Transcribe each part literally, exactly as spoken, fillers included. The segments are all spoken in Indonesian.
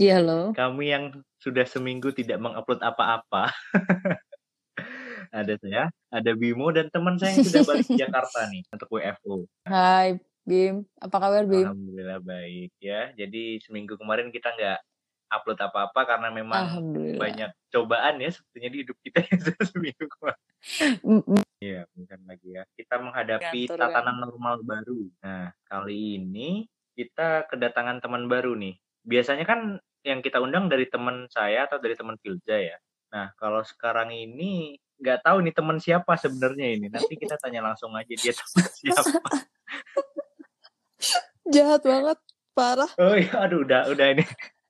Iya, halo. Kami yang sudah seminggu tidak meng-upload apa-apa. Ada saya, ada Bimo, dan teman saya yang sudah balik ke Jakarta nih untuk W F O. Hai Bim, apa kabar Bim? Alhamdulillah baik ya. Jadi seminggu kemarin kita nggak upload apa-apa karena memang banyak cobaan ya sepertinya di hidup kita ya seminggu kemarin. Iya, bukan lagi ya. Kita menghadapi Kantor, tatanan kan? normal baru. Nah, kali ini kita kedatangan teman baru nih. Biasanya kan yang kita undang dari teman saya atau dari teman Filza ya. Nah, kalau sekarang ini nggak tahu nih teman siapa sebenarnya ini. Nanti kita tanya langsung aja dia teman siapa. Jahat banget, parah. Oh iya, aduh udah udah ini.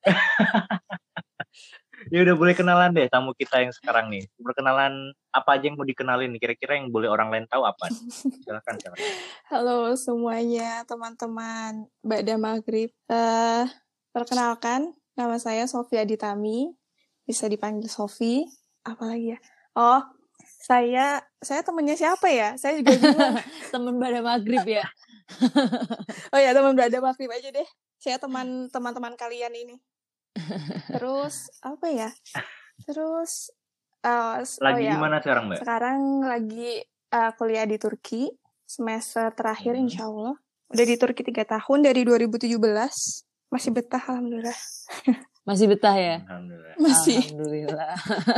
Ya udah boleh kenalan deh tamu kita yang sekarang nih. Perkenalan apa aja yang mau dikenalin nih? Kira-kira yang boleh orang lain tahu apa? Silakan, silakan. Halo semuanya, teman-teman Ba'da Maghrib. Uh, perkenalkan, nama saya Sofia Ditami. Bisa dipanggil Sofi. Apalagi ya? Oh, saya saya temennya siapa ya? Saya juga bingung. Teman Ba'da Maghrib ya. Oh ya, teman Ba'da Maghrib aja deh. Saya teman teman-teman kalian ini. Terus apa ya? Terus uh, lagi oh ya, gimana sekarang, Mbak? Sekarang lagi uh, kuliah di Turki, semester terakhir hmm. Insya Allah. Udah di Turki tiga tahun dari dua ribu tujuh belas. Masih betah, alhamdulillah. Masih betah ya? Alhamdulillah. Masih. Alhamdulillah.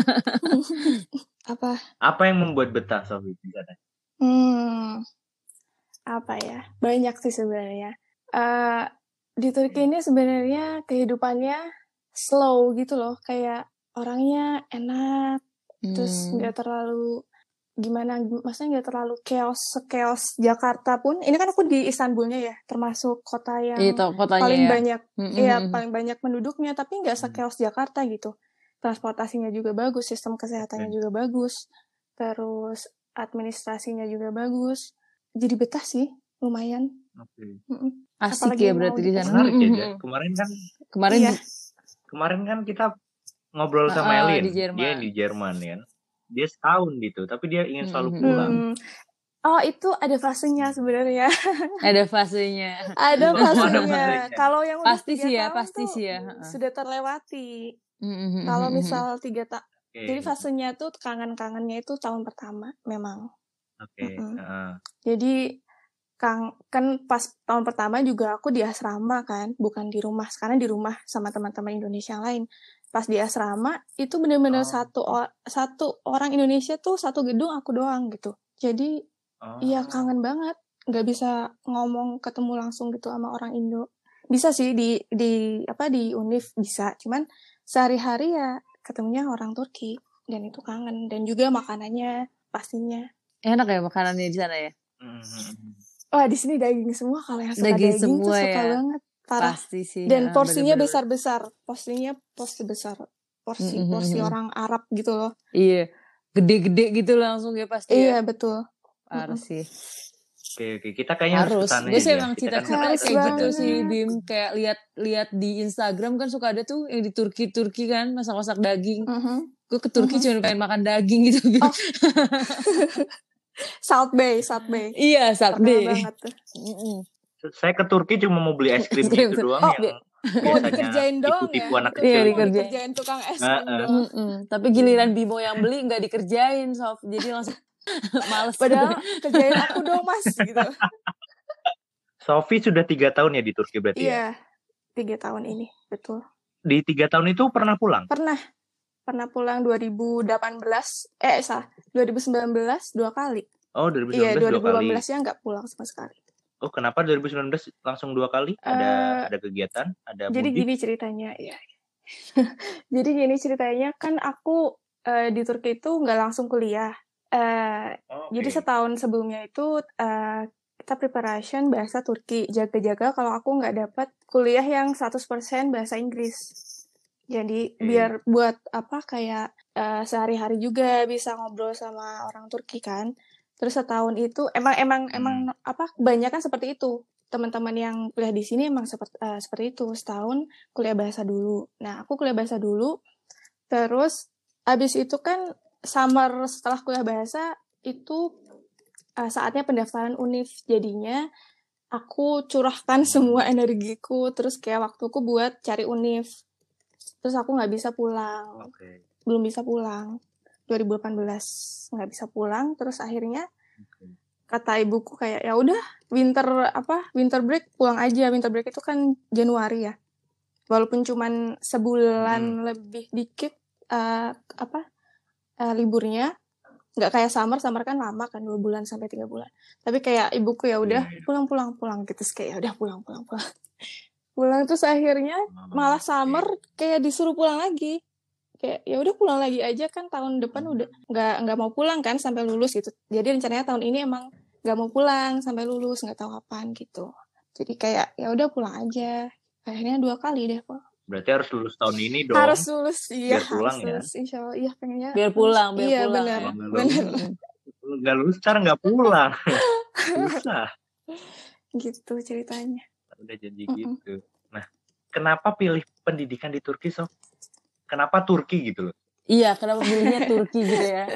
Apa? Apa yang membuat betah, Sofi? Hmm, apa ya? Banyak sih sebenarnya. Uh, di Turki ini sebenarnya kehidupannya slow gitu loh, kayak orangnya enak, hmm. terus nggak terlalu gimana, maksudnya nggak terlalu chaos chaos Jakarta pun. Ini kan aku di Istanbulnya ya, termasuk kota yang Itu, paling ya. banyak, mm-hmm. ya paling banyak penduduknya, tapi nggak se-chaos Jakarta gitu. Transportasinya juga bagus, sistem kesehatannya okay. juga bagus, terus administrasinya juga bagus. Jadi betah sih, lumayan. Okay. Asik ya berarti di sana. Menarik ya, kemarin kan kemarin iya. Kemarin kan kita ngobrol sama uh, Elin, di Jerman. dia di Jerman kan. Dia setahun gitu, tapi dia ingin selalu pulang. Hmm. Oh, itu ada fasenya sebenarnya. Ada fasenya. ada fasenya. Kalau yang udah pasti sih ya, pasti sih ya. Sudah terlewati. Mm-hmm. Kalau misal tiga tak, okay. Jadi fasenya tuh kangen-kangennya itu tahun pertama, memang. Oke. Okay. Mm-hmm. Uh-huh. Jadi Kang, kan pas tahun pertama juga aku di asrama kan, bukan di rumah. Sekarang di rumah sama teman-teman Indonesia yang lain. Pas di asrama, itu benar-benar oh. satu satu orang Indonesia tuh satu gedung aku doang gitu. Jadi, iya oh. kangen banget. Nggak bisa ngomong ketemu langsung gitu sama orang Indo. Bisa sih di di apa di Univ bisa, cuman sehari-hari ya ketemunya orang Turki dan itu kangen. Dan juga makanannya pastinya. Enak ya makanannya di sana ya? Mm-hmm. Wah, di sini daging semua. Kalau yang suka daging, daging semua tuh suka ya. banget. Parah. Pasti sih. Dan ya, porsinya bener-bener. besar-besar. Porsinya porsi besar. Porsi mm-hmm. porsi orang Arab gitu loh. Iya. Gede-gede gitu langsung ya pasti iya, ya. Iya, betul. Harus mm-hmm. sih. Oke, oke. Kita kayaknya harus, harus kesana gue sih ya. emang cita-cita kan kayak banget. gitu sih, Bim. Kayak lihat-lihat di Instagram kan suka ada tuh yang di Turki-Turki kan, masak-masak daging. Mm-hmm. Gue ke Turki mm-hmm. cuma pengen makan daging gitu, Bim. Oh. Salt Bay, Salt Bay. Iya, Salt Bay. banget tuh. Mm-mm. Saya ke Turki cuma mau beli es krim itu doang oh, yang mau dikerjain doang tipu-tipu ya? anak Itu kecil. Iya, dikerjain. dikerjain tukang es krim uh-uh. doang. Mm-mm. Tapi giliran Bimo yang beli nggak dikerjain, Sof. Jadi langsung males. Padahal kerjain aku dong, Mas. Gitu. Sofi sudah tiga tahun ya di Turki berarti iya, ya? Iya, tiga tahun ini, betul. Di tiga tahun itu pernah pulang? Pernah. Pernah pulang dua ribu delapan belas, eh salah, dua ribu sembilan belas dua kali. Oh, dua ribu sembilan belas iya, dua ribu delapan belas dua kali. Ya nggak pulang sama sekali. Oh, kenapa dua ribu sembilan belas langsung dua kali? Ada uh, ada kegiatan, ada Jadi mudik? gini ceritanya, ya. Jadi gini ceritanya, kan aku uh, di Turki itu nggak langsung kuliah. Uh, oh, okay. Jadi setahun sebelumnya itu uh, kita preparation bahasa Turki, jaga-jaga kalau aku nggak dapat kuliah yang seratus persen bahasa Inggris. Jadi okay. biar buat apa kayak uh, sehari-hari juga bisa ngobrol sama orang Turki kan. Terus setahun itu emang emang hmm. emang apa kebanyakan seperti itu. Teman-teman yang kuliah di sini emang seperti uh, seperti itu, setahun kuliah bahasa dulu. Nah, aku kuliah bahasa dulu. Terus abis itu kan summer setelah kuliah bahasa itu uh, saatnya pendaftaran Univ. Jadinya aku curahkan semua energiku terus kayak waktuku buat cari Univ. Terus aku nggak bisa pulang, okay. belum bisa pulang. dua ribu delapan belas nggak bisa pulang, terus akhirnya okay. kata ibuku kayak ya udah winter apa winter break pulang aja. Winter break itu kan Januari ya, walaupun cuman sebulan hmm. lebih dikit uh, apa uh, liburnya, nggak kayak summer summer kan lama kan dua bulan sampai tiga bulan. Tapi kayak ibuku ya udah yeah. pulang pulang pulang gitu, kayak ya udah pulang pulang pulang pulang terus akhirnya malah summer kayak disuruh pulang lagi. Kayak ya udah pulang lagi aja kan tahun depan udah nggak nggak mau pulang kan sampai lulus gitu. Jadi rencananya tahun ini emang nggak mau pulang sampai lulus, nggak tahu kapan gitu. Jadi kayak ya udah pulang aja. Akhirnya dua kali deh kok. Berarti harus lulus tahun ini dong. Harus lulus, iya. Biar pulang harus ya. Lulus, insya Allah, iya pengennya. Biar pulang, biar iya, pulang. Iya ya. benar, benar. Nggak lulus, cara nggak pulang. Susah. Gitu ceritanya. Udah janji Mm-mm. gitu. Nah, kenapa pilih pendidikan di Turki, Sof? Kenapa Turki gitu loh? Iya, kenapa pilihnya Turki gitu ya?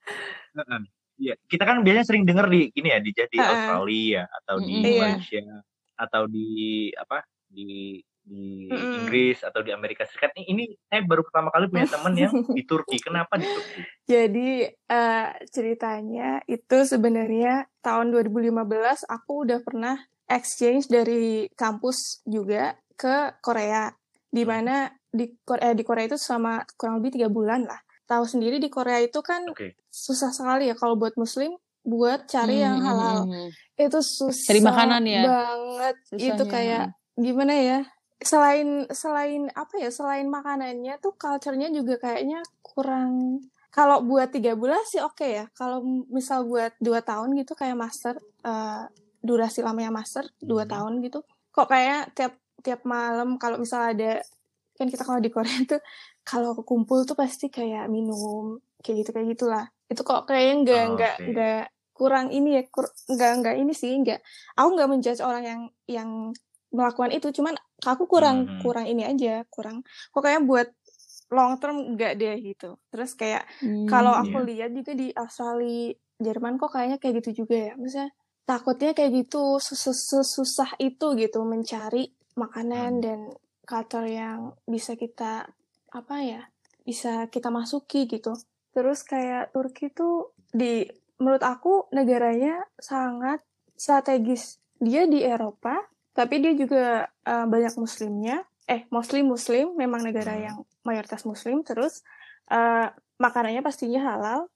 Iya, kita kan biasanya sering denger di ini ya di di Australia atau di Mm-mm. Malaysia iya. atau di apa di di Mm-mm. Inggris atau di Amerika Serikat. Ini saya baru pertama kali punya teman yang di Turki. Kenapa di Turki? Jadi uh, ceritanya itu sebenarnya tahun dua ribu lima belas aku udah pernah exchange dari kampus juga ke Korea, di mana di Korea, di Korea itu selama kurang lebih tiga bulan lah. Tahu sendiri di Korea itu kan okay. susah sekali ya kalau buat Muslim buat cari hmm, yang halal. Hmm. Itu susah cari makanan ya? banget. Susahnya. Itu kayak gimana ya? Selain selain apa ya? Selain makanannya tuh culture-nya juga kayaknya kurang. Kalau buat tiga bulan sih oke okay ya. Kalau misal buat dua tahun gitu kayak master, uh, durasi lamanya master dua hmm. tahun gitu. Kok kayak tiap tiap malam kalau misal ada, kan kita kalau di Korea tuh kalau kumpul tuh pasti kayak minum kayak gitu kayak gitulah. Itu kok kayaknya nggak oh, nggak okay. nggak kurang ini ya, kur, nggak nggak ini sih nggak. Aku nggak menjudge orang yang yang melakukan itu, cuman aku kurang hmm. kurang ini aja, kurang. Kok kayaknya buat long term nggak deh gitu. Terus kayak hmm, kalau aku yeah. lihat juga di Australia, Jerman kok kayaknya kayak gitu juga ya. Maksudnya takutnya kayak gitu susah itu gitu mencari makanan hmm. dan culture yang bisa kita apa ya bisa kita masuki gitu. Terus kayak Turki tuh di menurut aku negaranya sangat strategis. Dia di Eropa tapi dia juga uh, banyak muslimnya. Eh muslim muslim memang negara yang mayoritas muslim. Terus uh, makanannya pastinya halal.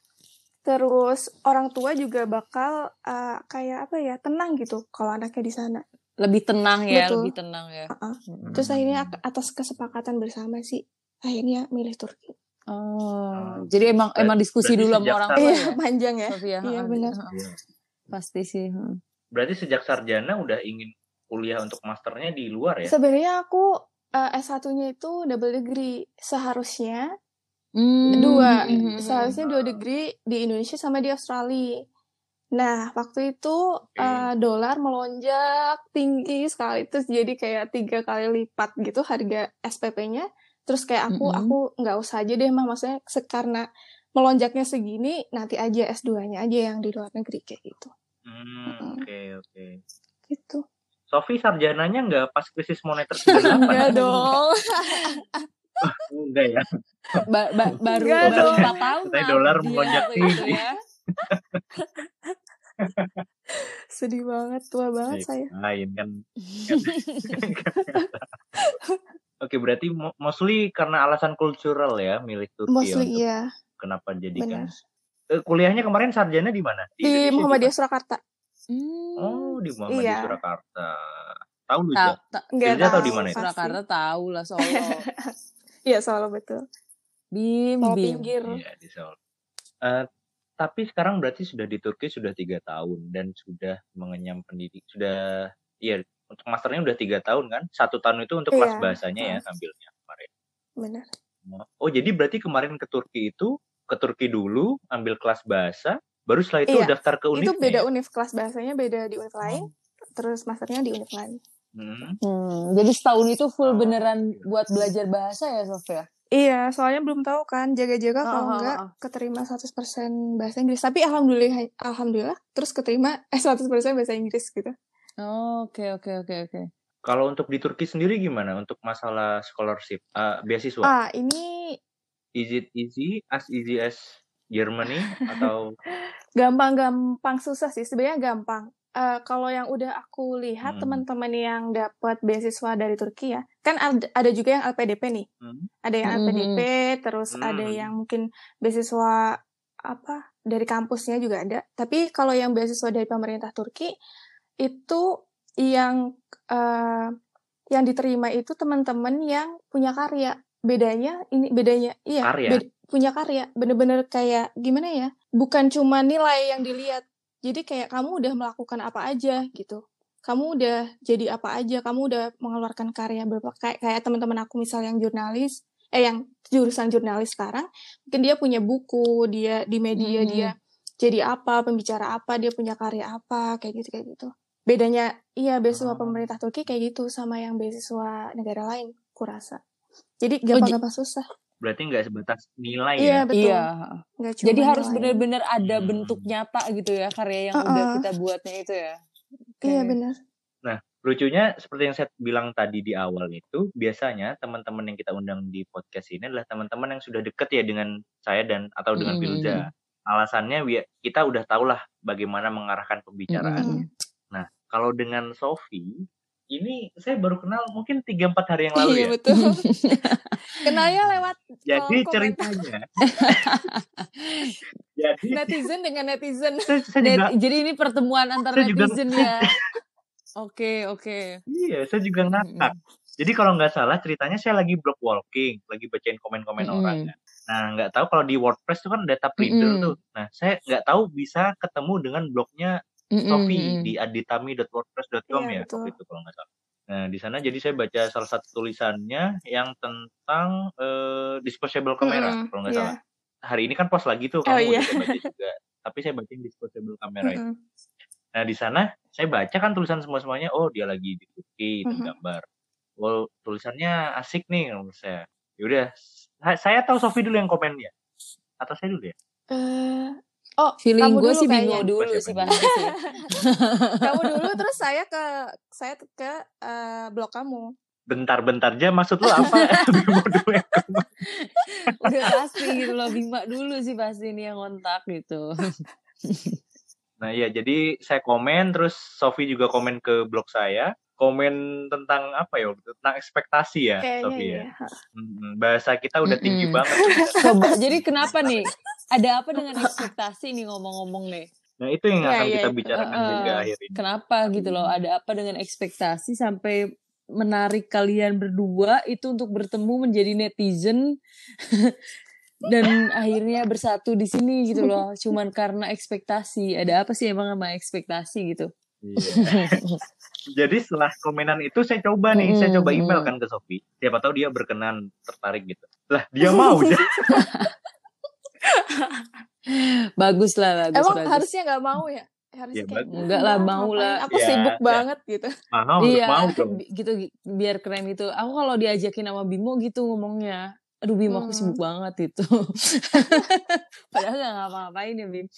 Terus orang tua juga bakal uh, kayak apa ya tenang gitu kalau anaknya di sana. Lebih tenang ya, Betul. lebih tenang ya. Uh-uh. Terus akhirnya atas kesepakatan bersama sih akhirnya milih Turki. Oh, hmm. jadi emang Ber- emang diskusi dulu sama orang tua iya, ya? Panjang ya. Sofia, iya benar. Pasti sih. Berarti sejak sarjana udah ingin kuliah untuk masternya di luar ya? Sebenarnya aku uh, S satu-nya itu double degree seharusnya. Hmm. Dua, hmm. seharusnya dua degree di Indonesia sama di Australia. Nah, waktu itu okay. uh, dolar melonjak tinggi sekali, terus jadi kayak tiga kali lipat gitu harga S P P-nya. Terus kayak aku, mm-hmm. aku nggak usah aja deh, mah maksudnya karena melonjaknya segini, nanti aja S dua-nya aja yang di luar negeri kayak gitu. Hmm, mm-hmm. Oke, okay, oke. Okay. Gitu. Sofi sarjananya nggak pas krisis moneter sembilan puluh delapan? Enggak dong. Enggak ya? Ba- ba- baru baru empat tahun lah dolar melonjak tinggi ya. Sedih banget, tua banget eh, saya lain kan, kan. Oke, berarti mostly karena alasan kultural ya milih Turki. Mostly iya. Kenapa jadikan uh, kuliahnya kemarin sarjana di mana? Di, di Muhammadiyah Surakarta. Hmm. Oh, di Muhammadiyah iya. Surakarta. Tahu lu ya? Enggak tahu di mana itu? Surakarta tahu lah, Solo. Iya, Solo betul. Bim, Solo bim. pinggir. Iya, di Solo. Uh, tapi sekarang berarti sudah di Turki sudah tiga tahun dan sudah mengenyam pendidik. Sudah, iya, untuk masternya udah tiga tahun kan? Satu tahun itu untuk kelas iya, bahasanya ya ambilnya kemarin. Benar. Oh, jadi berarti kemarin ke Turki itu, ke Turki dulu, ambil kelas bahasa, baru setelah itu iya, daftar ke univ. Itu beda ya? Univ, kelas bahasanya beda di univ lain, hmm. terus masternya di univ lain. Hmm. Hmm, jadi setahun itu full oh, beneran iya. buat belajar bahasa ya, Sofia? Iya, soalnya belum tahu kan, jaga-jaga oh, kalau oh, enggak oh. keterima seratus persen bahasa Inggris. Tapi alhamdulillah, alhamdulillah terus keterima eh seratus persen bahasa Inggris gitu. Oh, oke, okay, oke, okay, oke, okay, oke. Kalau untuk di Turki sendiri gimana untuk masalah scholarship, uh, beasiswa? Ah, ini Is it easy, as easy as Germany atau? Gampang-gampang susah sih, sebenarnya gampang. Uh, kalau yang udah aku lihat hmm. teman-teman yang dapat beasiswa dari Turki ya, kan ada, ada juga yang L P D P nih, hmm. ada yang hmm. L P D P, terus hmm. ada yang mungkin beasiswa apa dari kampusnya juga ada. Tapi kalau yang beasiswa dari pemerintah Turki itu yang uh, yang diterima itu teman-teman yang punya karya. Bedanya ini bedanya iya karya. Beda, punya karya, bener-bener kayak gimana ya? Bukan cuma nilai yang dilihat. Jadi kayak kamu udah melakukan apa aja gitu. Kamu udah jadi apa aja, kamu udah mengeluarkan karya berapa kayak kayak teman-teman aku misal yang jurnalis, eh yang jurusan jurnalis sekarang, mungkin dia punya buku, dia di media hmm. dia jadi apa, pembicara apa, dia punya karya apa, kayak gitu kayak gitu. Bedanya iya beasiswa oh. pemerintah Turki kayak gitu sama yang beasiswa negara lain, kurasa. Jadi gampang-gampang oh, susah. Berarti nggak sebatas nilai iya, ya? Betul. Iya, betul. Jadi harus nilai. benar-benar ada hmm. bentuk nyata gitu ya karya yang uh-uh. udah kita buatnya itu ya. Okay. Iya benar. Nah, lucunya seperti yang saya bilang tadi di awal itu, biasanya teman-teman yang kita undang di podcast ini adalah teman-teman yang sudah deket ya dengan saya dan atau dengan mm-hmm. Filza. Alasannya kita udah tahulah bagaimana mengarahkan pembicaraan. Mm-hmm. Nah, kalau dengan Sophie ini saya baru kenal mungkin tiga empat hari yang lalu iya, ya. Iya betul. Kenalnya lewat jadi ceritanya. jadi netizen dengan netizen. Saya, saya juga, Net, jadi ini pertemuan antar netizen juga, ya. Oke, oke. Iya, saya juga ngakak. Mm-hmm. Jadi kalau nggak salah ceritanya saya lagi blog walking, lagi bacain komen-komen mm-hmm. orang. Kan. Nah, nggak tahu kalau di WordPress itu kan data reader mm-hmm. tuh. Nah, saya nggak tahu bisa ketemu dengan blognya Mm-hmm. Sophie di aditami dot wordpress dot com yeah, ya waktu itu kalau nggak salah. Nah di sana jadi saya baca salah satu tulisannya yang tentang uh, disposable camera mm-hmm. kalau nggak yeah. salah. Hari ini kan post lagi tuh kamu oh, udah yeah. baca juga. Tapi saya baca disposable camera mm-hmm. itu. Nah di sana saya baca kan tulisan semua semuanya. Oh dia lagi di Turki mm-hmm. gambar. Well tulisannya asik nih menurut saya. Yaudah saya tahu Sophie dulu yang komennya atau saya dulu ya. Uh... Oh, feeling gue sih bingung dulu sih pasti sih. Kamu dulu terus saya ke saya ke uh, blog kamu. Bentar-bentar aja maksud lu apa? Bimo dulu yang udah pasti gitu loh, Bima dulu sih pasti nih yang kontak gitu. Nah iya, jadi saya komen terus Sophie juga komen ke blog saya. Komen tentang apa ya? Tentang ekspektasi ya, kayaknya Sophie iya. ya. Hmm, bahasa kita udah tinggi Mm-mm. banget. Coba, jadi kenapa nih? Ada apa dengan ekspektasi nih ngomong-ngomong nih? Nah itu yang akan ya, kita ya, bicarakan uh, juga akhir ini. Kenapa gitu loh? Ada apa dengan ekspektasi sampai menarik kalian berdua itu untuk bertemu menjadi netizen dan akhirnya bersatu di sini gitu loh? Cuman karena ekspektasi. Ada apa sih emang sama ekspektasi gitu? Iya. Jadi setelah komenan itu saya coba nih, mm, saya coba email kan ke Sophie. Siapa tahu dia berkenan, tertarik gitu. Lah dia mau. Bagus lah, bagus. Emang bagus. harusnya nggak mau ya? Harusnya ya, kayak enggak lah, mau lah. Aku ya, sibuk ya. banget gitu. Mau, iya, mau dong. Gitu biar keren itu. Aku kalau diajakin sama Bimo gitu ngomongnya, aduh Bim aku hmm. sibuk banget itu. Padahal nggak ngapa-ngapain ya Bim.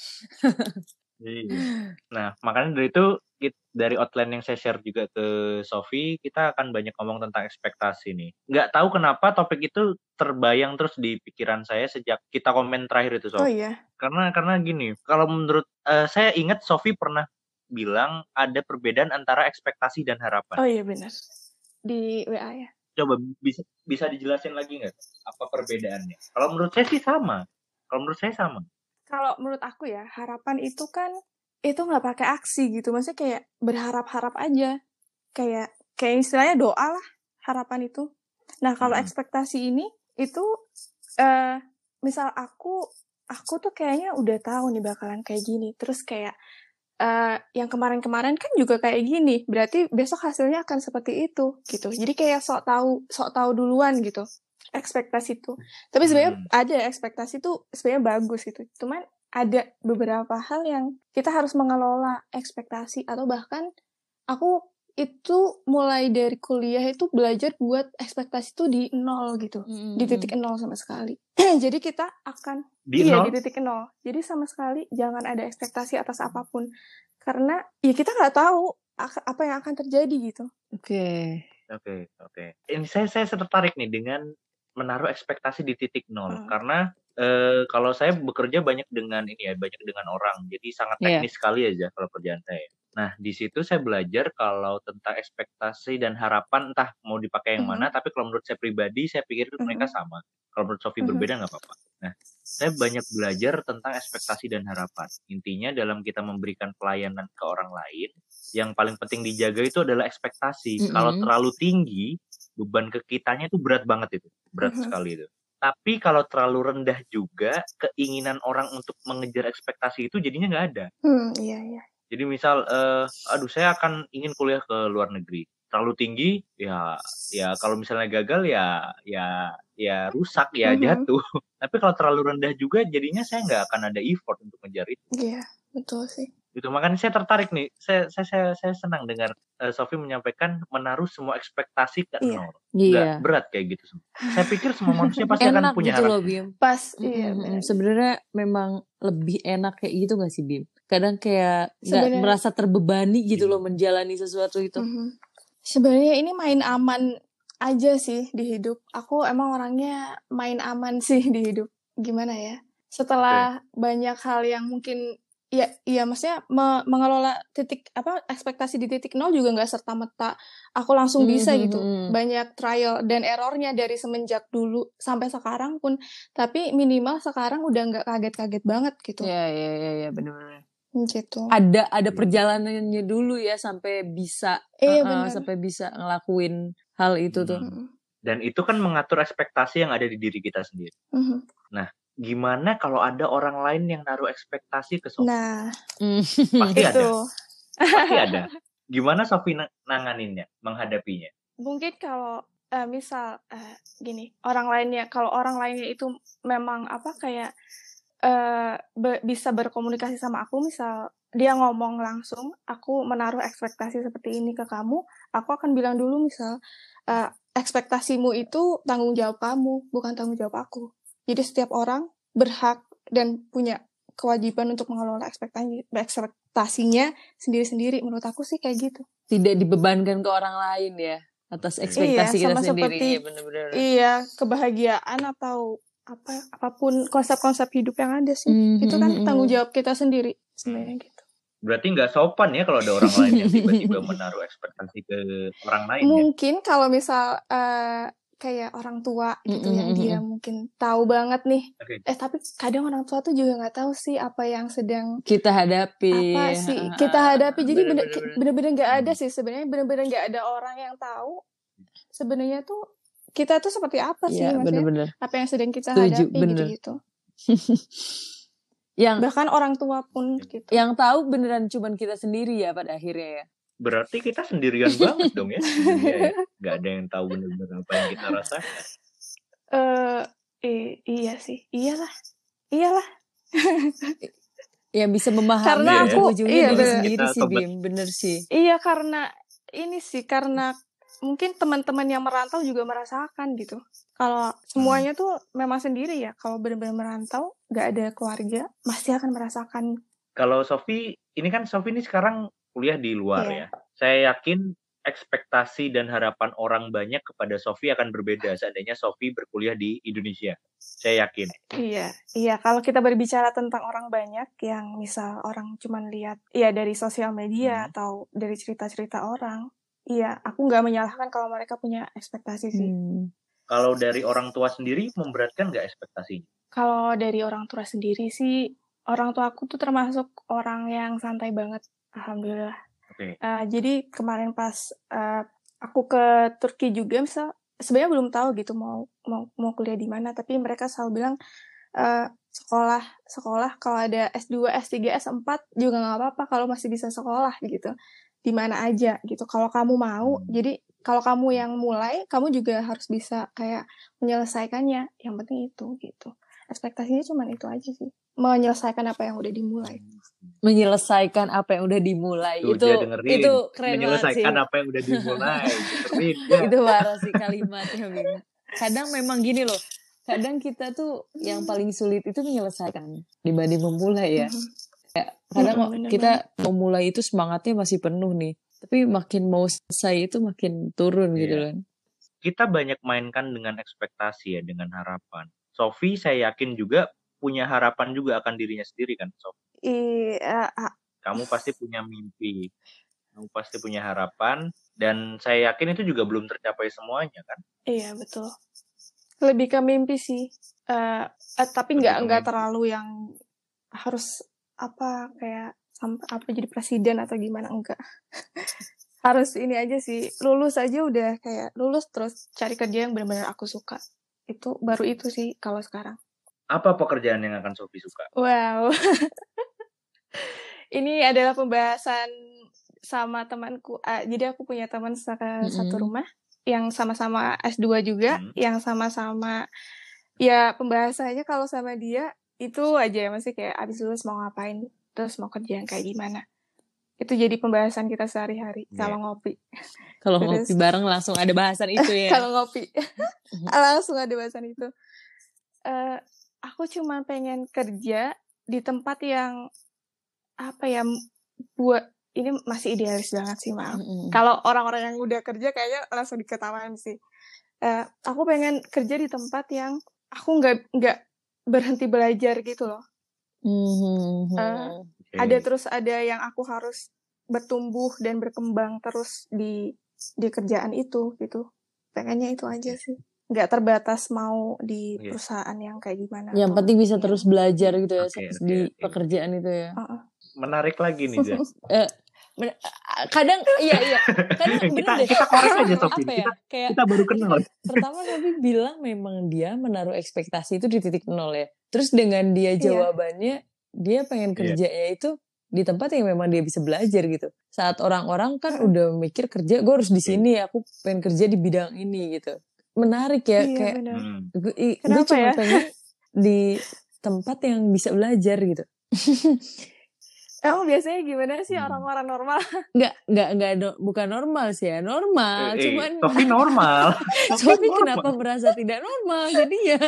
Nah makanya dari itu dari outline yang saya share juga ke Sophie, kita akan banyak ngomong tentang ekspektasi nih. Nggak tahu kenapa topik itu terbayang terus di pikiran saya sejak kita komen terakhir itu, Sophie. Oh iya. Karena karena gini, kalau menurut uh, saya ingat Sophie pernah bilang ada perbedaan antara ekspektasi dan harapan. Oh iya benar. Di W A ya. Coba bisa bisa dijelasin lagi nggak apa perbedaannya? Kalau menurut saya sih sama. Kalau menurut saya sama. Kalau menurut aku ya, harapan itu kan itu nggak pakai aksi gitu, maksudnya kayak berharap-harap aja, kayak kayak istilahnya doa lah harapan itu. Nah kalau hmm. ekspektasi ini itu uh, misal aku aku tuh kayaknya udah tahu nih bakalan kayak gini, terus kayak uh, yang kemarin-kemarin kan juga kayak gini, berarti besok hasilnya akan seperti itu gitu. Jadi kayak sok tahu sok tahu duluan gitu ekspektasi itu. Tapi sebenarnya hmm. ada ekspektasi tuh sebenarnya bagus gitu, cuman ada beberapa hal yang kita harus mengelola ekspektasi, atau bahkan aku itu mulai dari kuliah itu belajar buat ekspektasi itu di nol gitu, mm-hmm. di titik nol sama sekali. Jadi kita akan di iya nol? di titik nol. Jadi sama sekali jangan ada ekspektasi atas apapun, karena ya kita nggak tahu apa yang akan terjadi gitu. Oke. Oke, oke. Ini saya saya tertarik nih dengan menaruh ekspektasi di titik nol Hmm. karena eh, kalau saya bekerja banyak dengan ini ya, banyak dengan orang. Jadi sangat Iya. teknis sekali aja kalau kerjaan saya. Nah, di situ saya belajar kalau tentang ekspektasi dan harapan entah mau dipakai yang mana, Mhm. tapi kalau menurut saya pribadi saya pikir mereka Mhm. sama. Kalau menurut Sofi Mhm. berbeda nggak apa-apa. Nah, saya banyak belajar tentang ekspektasi dan harapan. Intinya dalam kita memberikan pelayanan ke orang lain, yang paling penting dijaga itu adalah ekspektasi. Kalau Mm-mm. terlalu tinggi, beban ke kitanya itu berat banget itu. Berat Mhm. sekali itu. Tapi kalau terlalu rendah juga, keinginan orang untuk mengejar ekspektasi itu jadinya nggak ada. Hmm, iya, iya. Jadi misal, eh, aduh saya akan ingin kuliah ke luar negeri. Terlalu tinggi, ya, ya kalau misalnya gagal ya, ya, ya rusak, ya Mhm. jatuh. Tapi kalau terlalu rendah juga, jadinya saya nggak akan ada effort untuk ngejar itu. Iya, betul sih. Itu makanya saya tertarik nih. Saya, saya, saya, saya senang dengar uh, Sofi menyampaikan menaruh semua ekspektasi ke Iya. nol. Nggak Iya. berat kayak gitu semua. Saya pikir semua manusia pasti akan Enak punya gitu loh, harapan. Bim. Pas, iya Mm-mm, benar. Sebenarnya memang lebih enak kayak gitu gak sih, Bim? Kadang kayak nggak Sebenarnya- merasa terbebani gitu Iya. loh menjalani sesuatu itu. Mhm. Sebenarnya ini main aman aja sih di hidup. Aku emang orangnya main aman sih di hidup. Gimana ya? Setelah banyak hal yang mungkin ya, iya maksudnya me- mengelola titik apa ekspektasi di titik nol juga nggak serta merta aku langsung bisa Mhm, gitu. mhm. Banyak trial dan errornya dari semenjak dulu sampai sekarang pun. Tapi minimal sekarang udah nggak kaget-kaget banget gitu. Iya, iya, iya, iya, benar-benar. Gitu. Ada ada Iya. perjalanannya dulu ya sampai bisa Iya, uh-uh, benar. sampai bisa ngelakuin hal itu tuh. Hmm. Mhm. Dan itu kan mengatur ekspektasi yang ada di diri kita sendiri. Mhm. Nah, gimana kalau ada orang lain yang naruh ekspektasi ke Sofi? Nah, Pasti ada. itu. Pasti ada. Gimana Sofi na- nanganinnya, menghadapinya? Mungkin kalau eh, misal eh, gini, orang lainnya, kalau orang lainnya itu memang apa kayak eh, be- bisa berkomunikasi sama aku, misal dia ngomong langsung, aku menaruh ekspektasi seperti ini ke kamu, aku akan bilang dulu misal eh, ekspektasimu itu tanggung jawab kamu, bukan tanggung jawab aku. Jadi setiap orang berhak dan punya kewajiban untuk mengelola ekspektasi ekspektasinya sendiri-sendiri. Menurut aku sih kayak gitu. Tidak dibebankan ke orang lain ya atas ekspektasi Iya, kita sama sendiri. seperti Iya, benar-benar. iya, kebahagiaan atau apa apapun konsep-konsep hidup yang ada sih. Mhm, Itu kan mhm, tanggung mhm. jawab kita sendiri sebenarnya gitu. Berarti nggak sopan ya kalau ada orang lain yang tiba-tiba menaruh ekspektasi ke orang lain ya? Mungkin kalau misal eh, kayak orang tua gitu Mm-mm, yang dia mm-mm. mungkin tahu banget nih. Oke. Eh tapi kadang orang tua tuh juga nggak tahu sih apa yang sedang Kita hadapi. apa sih Ah, kita hadapi. Jadi bener, bener- bener, bener. bener-bener nggak ada Hmm. sih sebenarnya, bener-bener nggak ada orang yang tahu sebenarnya tuh kita tuh seperti apa sih, Iya, maksudnya bener-bener. apa yang sedang kita Setuju, hadapi bener. gitu-gitu. Yang Bahkan orang tua pun gitu. yang tahu beneran cuman kita sendiri ya pada akhirnya ya. Berarti kita sendirian banget dong ya di dunia ya. Nggak ada yang tahu benar-benar apa yang kita rasakan. Eh i- iya sih, iyalah, iyalah. Yang bisa memahami Karena Iya ya. aku, ujung-ujungnya iya diri bener. sendiri Kita sih, sobat. Bim. Bener sih. Iya karena ini sih karena mungkin teman-teman yang merantau juga merasakan gitu. Kalau semuanya tuh memang sendiri ya. Kalau benar-benar merantau, nggak ada keluarga, pasti akan merasakan. Kalau Sofi, ini kan Sofi ini sekarang kuliah di luar Iya. ya. Saya yakin ekspektasi dan harapan orang banyak kepada Sofi akan berbeda seandainya Sofi berkuliah di Indonesia. Saya yakin. Iya, iya. Kalau kita berbicara tentang orang banyak yang misal orang cuman lihat, ya dari sosial media Hmm. atau dari cerita-cerita orang, iya, aku nggak menyalahkan kalau mereka punya ekspektasi sih. Hmm. Kalau dari orang tua sendiri memberatkan nggak ekspektasinya? Kalau dari orang tua sendiri sih, orang tua aku tuh termasuk orang yang santai banget, alhamdulillah. Oke. Uh, jadi kemarin pas uh, aku ke Turki juga, misal sebenarnya belum tahu gitu mau mau mau kuliah di mana, tapi mereka selalu bilang uh, sekolah sekolah kalau ada S dua, S tiga, S empat juga nggak apa-apa kalau masih bisa sekolah gitu, di mana aja gitu. Kalau kamu mau, Hmm. jadi kalau kamu yang mulai, kamu juga harus bisa kayak menyelesaikannya. Yang penting itu gitu. Ekspektasinya cuma itu aja sih, menyelesaikan apa yang udah dimulai. Menyelesaikan apa yang udah dimulai. Tuh, itu dia dengerin. itu keren banget sih. Menyelesaikan apa yang udah dimulai. Dengerin, ya. Itu parah sih kalimatnya, Bim. Kadang memang gini loh. Kadang kita tuh yang paling sulit itu menyelesaikan dibanding memulai ya. Mhm. Kadang Mm-mm, bener kita memulai itu semangatnya masih penuh nih. Tapi makin mau selesai itu makin turun Iya. gitu kan. Kita banyak mainkan dengan ekspektasi ya, dengan harapan. Sofi saya yakin juga punya harapan juga akan dirinya sendiri kan, Sofi? Iya. Kamu pasti punya mimpi. Kamu pasti punya harapan. Dan saya yakin itu juga belum tercapai semuanya kan? Iya, betul. Lebih ke mimpi sih. Uh, uh, tapi nggak nggak terlalu yang harus apa kayak sampai apa jadi presiden atau gimana, enggak. Harus ini aja sih, lulus aja udah kayak lulus terus cari kerja yang benar-benar aku suka. Itu baru itu sih kalau sekarang. Apa pekerjaan yang akan Sofi suka? Wow. Ini adalah pembahasan sama temanku. Uh, jadi aku punya teman mm-hmm. satu rumah yang sama-sama S dua juga, hmm. yang sama-sama ya pembahasannya kalau sama dia itu aja masih kayak abis lulus mau ngapain, terus mau kerja yang kayak gimana. Itu jadi pembahasan kita sehari-hari yeah. kalau ngopi. Kalau ngopi bareng langsung ada bahasan itu ya. Kalau ngopi langsung ada bahasan itu. Uh, aku cuma pengen kerja di tempat yang apa ya buat ini masih idealis banget sih maaf. Mm-hmm. Kalau orang-orang yang udah kerja kayaknya langsung diketawain sih. Uh, aku pengen kerja di tempat yang aku nggak nggak berhenti belajar gitu loh. Mm-hmm. Uh, okay. Ada terus ada yang aku harus bertumbuh dan berkembang terus di di kerjaan itu gitu. Pengennya itu aja sih. Nggak terbatas mau di yeah. perusahaan yang kayak gimana. Yang atau, penting bisa ya. terus belajar gitu ya okay, okay, di okay. pekerjaan itu ya. Uh-uh. Menarik lagi nih, Zah. uh, kadang iya iya kadang kita deh. kita korek aja Sofi ya? kita, kayak, kita baru kenal. Pertama Sofi bilang memang dia menaruh ekspektasi itu di titik nol ya. Terus dengan dia jawabannya yeah. dia pengen kerjanya yeah. itu di tempat yang memang dia bisa belajar gitu. Saat orang-orang kan hmm. udah mikir kerja gue harus di sini, aku pengen kerja di bidang ini gitu. Menarik ya iya, kayak hmm. gue, gue cuma ya? pengen di tempat yang bisa belajar gitu. Emang biasanya gimana sih hmm. orang-orang normal? Nggak, nggak, nggak, no, bukan normal sih ya, normal. Eh, cuman Sofi normal. Sofi kenapa merasa tidak normal jadinya?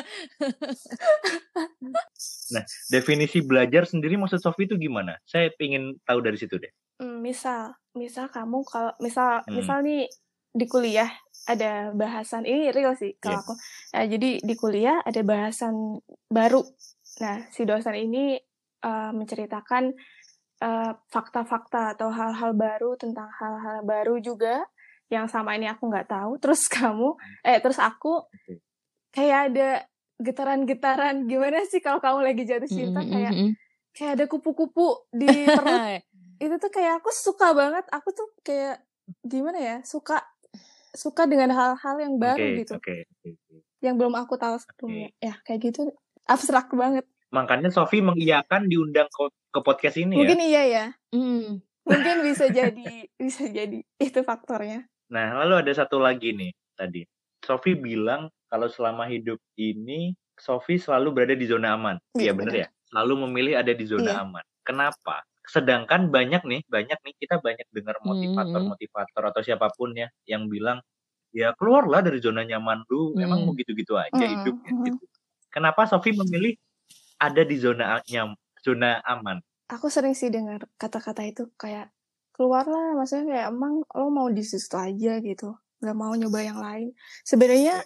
Nah, definisi belajar sendiri maksud Sofi itu gimana? Saya ingin tahu dari situ deh. Hmm, misal, misal kamu kalau misal, hmm. misal nih di kuliah ada bahasan ini real sih kalau yeah. aku. Nah, jadi di kuliah ada bahasan baru. Nah, si dosen ini uh, menceritakan Uh, fakta-fakta atau hal-hal baru tentang hal-hal baru juga yang sama ini aku nggak tahu. Terus kamu, eh terus aku kayak ada getaran-getaran gimana sih kalau kamu lagi jatuh cinta mm-hmm. kayak kayak ada kupu-kupu di perut. Itu tuh kayak aku suka banget. Aku tuh kayak gimana ya suka suka dengan hal-hal yang baru okay, gitu, okay, okay. yang belum aku tahu sebelumnya. Okay. Ya kayak gitu abstrak banget. Makanya Sofi mengiyakan diundang ke, ke podcast ini. Mungkin ya? iya ya. Mm. Mungkin bisa jadi bisa jadi itu faktornya. Nah, lalu ada satu lagi nih tadi. Sofi bilang kalau selama hidup ini Sofi selalu berada di zona aman. Iya benar ya? Selalu memilih ada di zona iya. aman. Kenapa? Sedangkan banyak nih, banyak nih kita banyak dengar motivator-motivator atau siapapun ya yang bilang, "Ya keluarlah dari zona nyaman lu. Mm. Emang mau gitu-gitu aja mm. hidupnya." Gitu. Kenapa Sofi memilih ada di zona nyam, zona aman? Aku sering sih dengar kata-kata itu kayak keluarlah, maksudnya kayak emang lo mau di situ aja gitu, nggak mau nyoba yang lain. Sebenarnya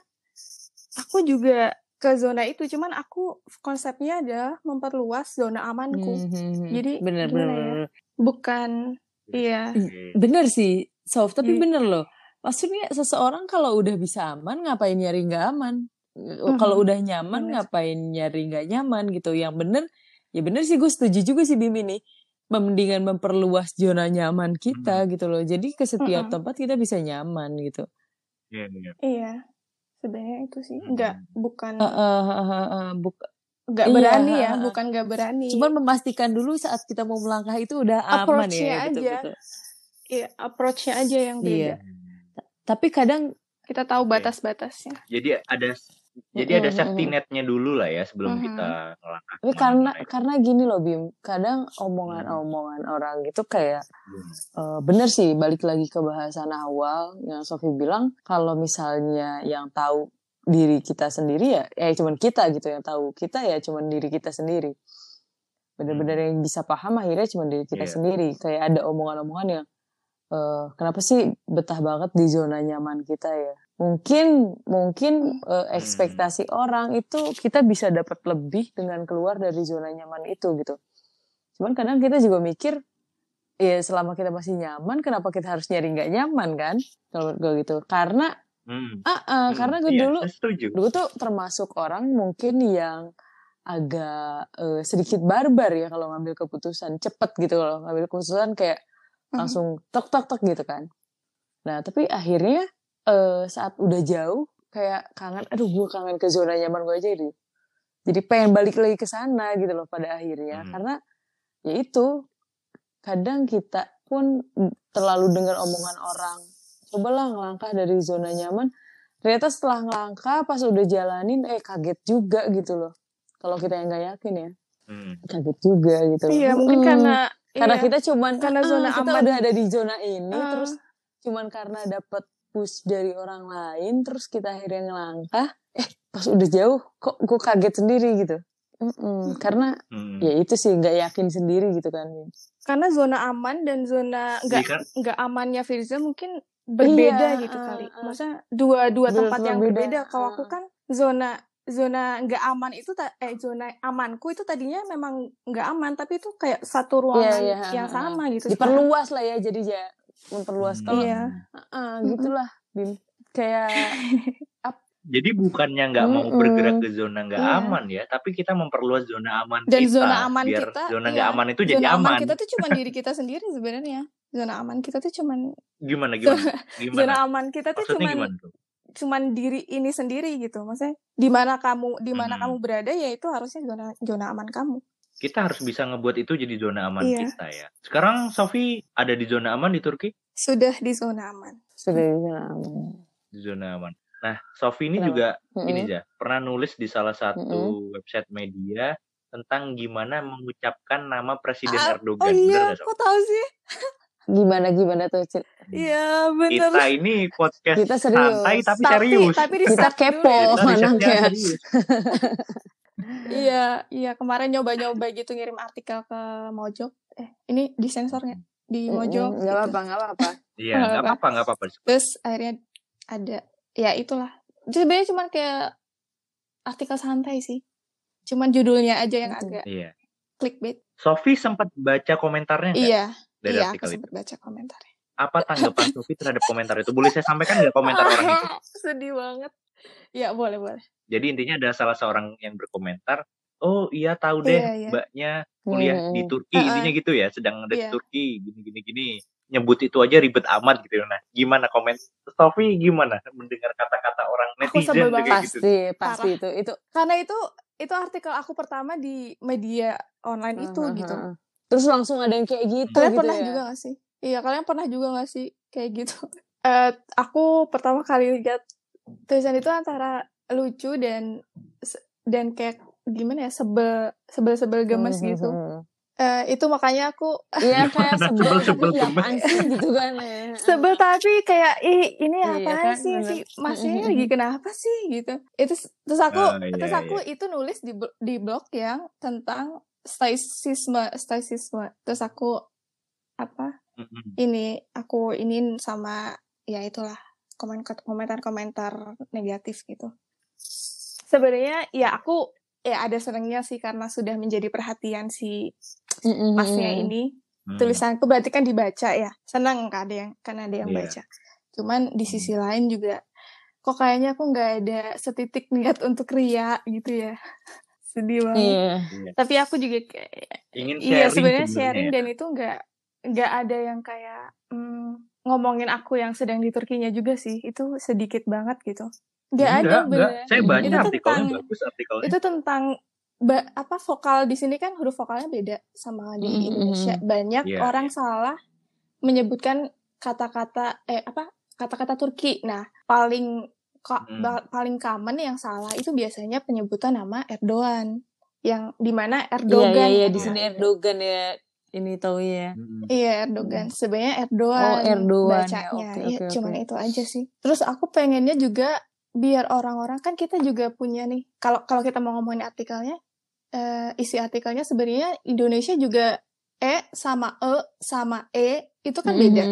aku juga ke zona itu, cuman aku konsepnya adalah memperluas zona amanku. Hmm, Jadi bener, gimana bener, ya? Bukan, iya. Bener sih, Sof, tapi Jadi, bener loh. Maksudnya seseorang kalau udah bisa aman, ngapain nyari nggak aman? Mm-hmm. Kalau udah nyaman bener. Ngapain nyari nggak nyaman gitu. Yang bener ya bener sih, gue setuju juga sih Bim ini, mendingan memperluas zona nyaman kita mm-hmm. gitu loh, jadi ke setiap mm-hmm. tempat kita bisa nyaman gitu. Iya yeah, iya sebenarnya itu sih nggak bukan uh, uh, uh, uh, uh, buka, nggak iya, berani ya uh, uh, bukan nggak berani, cuman memastikan dulu saat kita mau melangkah itu udah aman ya aja. Betul-betul. Iya, approach-nya aja yang beda. Iya. Tapi kadang kita tahu batas-batasnya. Jadi ada Jadi mm-hmm. ada safety net-nya dulu lah ya sebelum mm-hmm. kita ngelangkah. Tapi karena naik. karena gini loh Bim, kadang omongan-omongan hmm. orang gitu kayak hmm. uh, bener sih, balik lagi ke bahasan awal yang Sofi bilang, kalau misalnya yang tahu diri kita sendiri ya, ya cuman kita gitu yang tahu kita ya cuman diri kita sendiri. Bener-bener hmm. yang bisa paham akhirnya cuman diri kita yeah. sendiri. Kayak ada omongan-omongan yang uh, kenapa sih betah banget di zona nyaman kita ya? Mungkin mungkin uh, ekspektasi hmm. orang itu kita bisa dapat lebih dengan keluar dari zona nyaman itu gitu. Cuman kadang kita juga mikir, ya selama kita masih nyaman, kenapa kita harus nyari nggak nyaman kan? Kalau gue gitu, karena Hmm. Uh, uh, hmm, karena gue iya, dulu, dulu tuh termasuk orang mungkin yang agak uh, sedikit barbar ya kalau ngambil keputusan cepet gitu, kalau ngambil keputusan kayak hmm. langsung tok tok tok gitu kan. Nah tapi akhirnya uh, saat udah jauh kayak kangen, aduh gue kangen ke zona nyaman gue aja gitu. Jadi pengen balik lagi ke sana gitu loh pada akhirnya, hmm. karena ya itu kadang kita pun terlalu dengar omongan orang. Cobalah ngelangkah dari zona nyaman. Ternyata setelah ngelangkah pas udah jalanin, eh kaget juga gitu loh. Kalau kita yang nggak yakin ya, hmm. kaget juga gitu. Iya, hmm. mungkin karena karena iya, kita cuman karena zona ah, kita aman. udah ada di zona ini, uh. terus cuman karena dapet push dari orang lain, terus kita akhirnya ngelangkah, eh pas udah jauh, kok gue kaget sendiri gitu. Mm-mm. Karena hmm. ya itu sih nggak yakin sendiri gitu kan. Karena zona aman dan zona nggak nggak amannya Firza mungkin berbeda iya, gitu uh, kali. Maksudnya dua dua tempat yang berbeda. Kalau aku kan zona zona nggak aman itu eh zona amanku itu tadinya memang nggak aman, tapi itu kayak satu ruangan yeah, yeah, yang uh, sama gitu. Diperluas lah ya, jadi ya memperluas. Kalau iya. uh, uh, gitulah, Bim. Kayak jadi bukannya nggak mau mm-hmm. bergerak ke zona nggak yeah. aman ya, tapi kita memperluas zona aman dan kita. Zona aman biar kita, zona iya. nggak aman itu jadi zona aman. Aman kita tuh cuma diri kita sendiri sebenarnya. Zona aman kita tuh cuman gimana gimana? gimana? Zona aman kita tuh cuma cuman diri ini sendiri gitu. Maksudnya di mana kamu di mana hmm. kamu berada ya itu harusnya zona zona aman kamu. Kita harus bisa ngebuat itu jadi zona aman iya. kita ya. Sekarang Sofi ada di zona aman di Turki? Sudah di zona aman. Sudah di zona aman. Di zona aman. Nah, Sofi ini Kenapa? juga mm-hmm. ini aja pernah nulis di salah satu mm-hmm. website media tentang gimana mengucapkan nama Presiden ah, Erdogan. Oh iya, kok tahu sih? Gimana gimana tuh? Iya benar. Kita ini podcast kita serius. santai tapi, tapi serius. Tapi kita kepo anaknya. Iya, iya kemarin nyoba-nyoba gitu ngirim artikel ke Mojok. Eh, ini disensor nggak di Mojok? Nggak apa-apa, nggak apa-apa. Iya, nggak apa-apa, nggak apa-apa. Terus akhirnya ada. Ya itulah. Sebenarnya cuma kayak artikel santai sih. Cuman judulnya aja yang agak iya. clickbait. Sofi sempat baca komentarnya nggak? Iya. Dari iya, artikel aku sempat baca komentarnya. Apa tanggapan Sofi terhadap komentar itu? Boleh saya sampaikan nggak komentar orang itu? Sedih banget. Ya boleh boleh. Jadi intinya ada salah seorang yang berkomentar, oh iya tahu deh iya, iya. mbaknya kuliah hmm. di Turki, uh-uh. intinya gitu ya, sedang ada iya. di Turki, gini-gini gini. Nyebut itu aja ribet amat gitu. Nah, gimana komen Sofi gimana mendengar kata-kata orang netizen kayak pasti, gitu? Pasti, itu itu. Karena itu itu artikel aku pertama di media online uh-huh. itu gitu. Terus langsung ada yang kayak gitu. Kalian gitu pernah ya? juga gak sih? Iya, kalian pernah juga gak sih kayak gitu? Uh, aku pertama kali lihat tulisan itu antara lucu dan dan kayak gimana ya sebel sebel sebel gemes mm-hmm. gitu. Uh, itu makanya aku iya kayak sebel tapi ya apaan sih gitu kan ya. Sebel tapi kayak ih ini apa iya, kan, sih bener. Si masnya lagi kenapa sih gitu. Itu terus aku uh, iya, terus aku iya. itu nulis di di blog yang tentang stoicisme stoicisme. Terus aku apa? Mm-hmm. Ini aku inin sama ya itulah komentar-komentar negatif gitu. Sebenarnya ya aku ya ada senangnya sih karena sudah menjadi perhatian si mm-hmm. masnya ini. Mm. Tulisanku berarti kan dibaca ya. Senang kan ada yang kan ada yang yeah. baca. Cuman di sisi mm. lain juga kok kayaknya aku nggak ada setitik niat untuk ria gitu ya. Sedih banget. Yeah. Tapi aku juga kayak ingin sharing. Iya sebenarnya sharing ya. Dan itu nggak nggak ada yang kayak hmm, ngomongin aku yang sedang di Turkinya juga sih. Itu sedikit banget gitu. Gak ada bener. Saya baca itu artikelnya tentang, bagus artikelnya. Itu tentang ba, apa vokal di sini kan huruf vokalnya beda sama di mm-hmm. Indonesia. Banyak yeah. orang salah menyebutkan kata-kata eh apa kata-kata Turki. Nah paling ko, mm. ba, paling common yang salah itu biasanya penyebutan nama Erdogan. Yang dimana Erdogan. Iya iya, iya. Di sini Erdogan ya. Ini tahu ya. Mm-hmm. Iya Erdogan. Sebenarnya Erdogan. Oh Erdogan. Bacanya. Ya, okay, ya okay, cuman okay. itu aja sih. Terus aku pengennya juga biar orang-orang kan kita juga punya nih kalau kalau kita mau ngomongin artikelnya uh, isi artikelnya sebenarnya Indonesia juga e sama e sama e itu kan beda. Mm-hmm.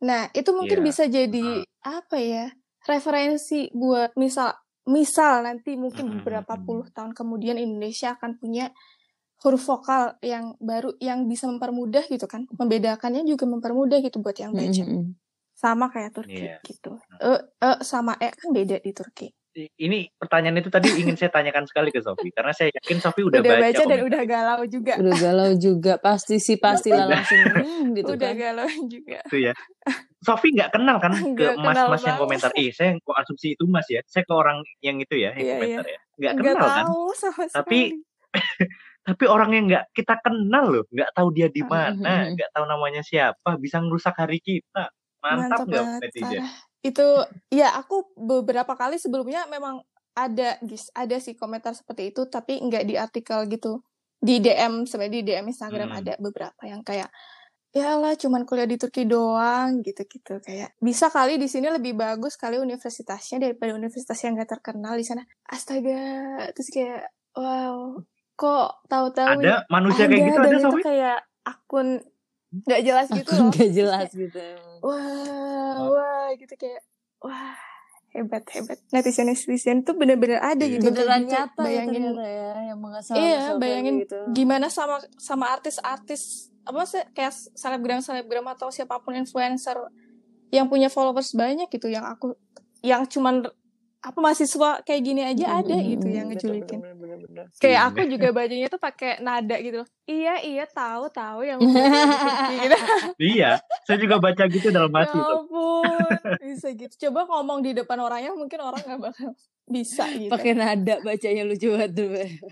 Nah, itu mungkin Iya. bisa jadi apa ya? Referensi buat misal misal nanti mungkin beberapa Mm-mm. puluh tahun kemudian Indonesia akan punya huruf vokal yang baru yang bisa mempermudah gitu kan. Membedakannya juga mempermudah gitu buat yang baca. Mm-mm. Sama kayak Turki Iya. gitu. Eh eh sama E kan beda di Turki. I- Ini pertanyaan itu tadi ingin saya tanyakan sekali ke Sofi karena saya yakin Sofi udah, Udah baca, baca dan komentar udah itu. galau juga. Udah galau juga. Pasti sih, pastilah Udah. langsung hmm, gitu Udah kan. galau juga. Itu ya. Sofi nggak kenal kan ke Nggak kenal mas-mas yang banget. komentar. Eh, saya kok asumsi itu mas ya. Saya ke orang yang itu ya, yang Iya, komentar iya. ya. Nggak Nggak kenal kan. tahu sama Tapi sekali. tapi orang yang nggak kita kenal loh, nggak tahu dia di Ah, mana, nggak tahu namanya siapa, bisa ngerusak hari kita. Mantap Mantap nggak banget, netizen? parah. Itu, ya aku beberapa kali sebelumnya memang ada, guys, ada sih komentar seperti itu, tapi nggak di artikel gitu. Di D M, sebenarnya di D M Instagram Hmm. ada beberapa yang kayak, ya lah cuman kuliah di Turki doang, gitu-gitu. Kayak, bisa kali di sini lebih bagus kali universitasnya daripada universitas yang nggak terkenal di sana. Astaga, terus kayak, wow, kok tahu-tahu Ada manusia kayak gitu dan ada itu Sofi? kayak akun nggak jelas gitu Akun loh. gak Terus jelas kayak, gitu. wah, wah, gitu kayak, wah, hebat, hebat. Netizen netizen tuh bener-bener ada gitu. yang Beneran kayak gitu. nyata ya Bayangin, ternyata ya, yang mengasal iya, bayangin gitu. gimana sama sama artis-artis apa sih kayak selebgram-selebgram atau siapapun influencer yang punya followers banyak gitu, yang aku yang cuman apa mahasiswa kayak gini aja ada gitu yang ngejulitin. Kayak aku juga bacanya tuh pakai nada gitu loh. Iya, iya, tahu, tahu yang gitu. Iya, saya juga baca gitu dalam Ya hati. ampun, bisa gitu. Coba ngomong di depan orangnya mungkin orang nggak bakal bisa gitu. Pakai nada bacanya lucu banget tuh.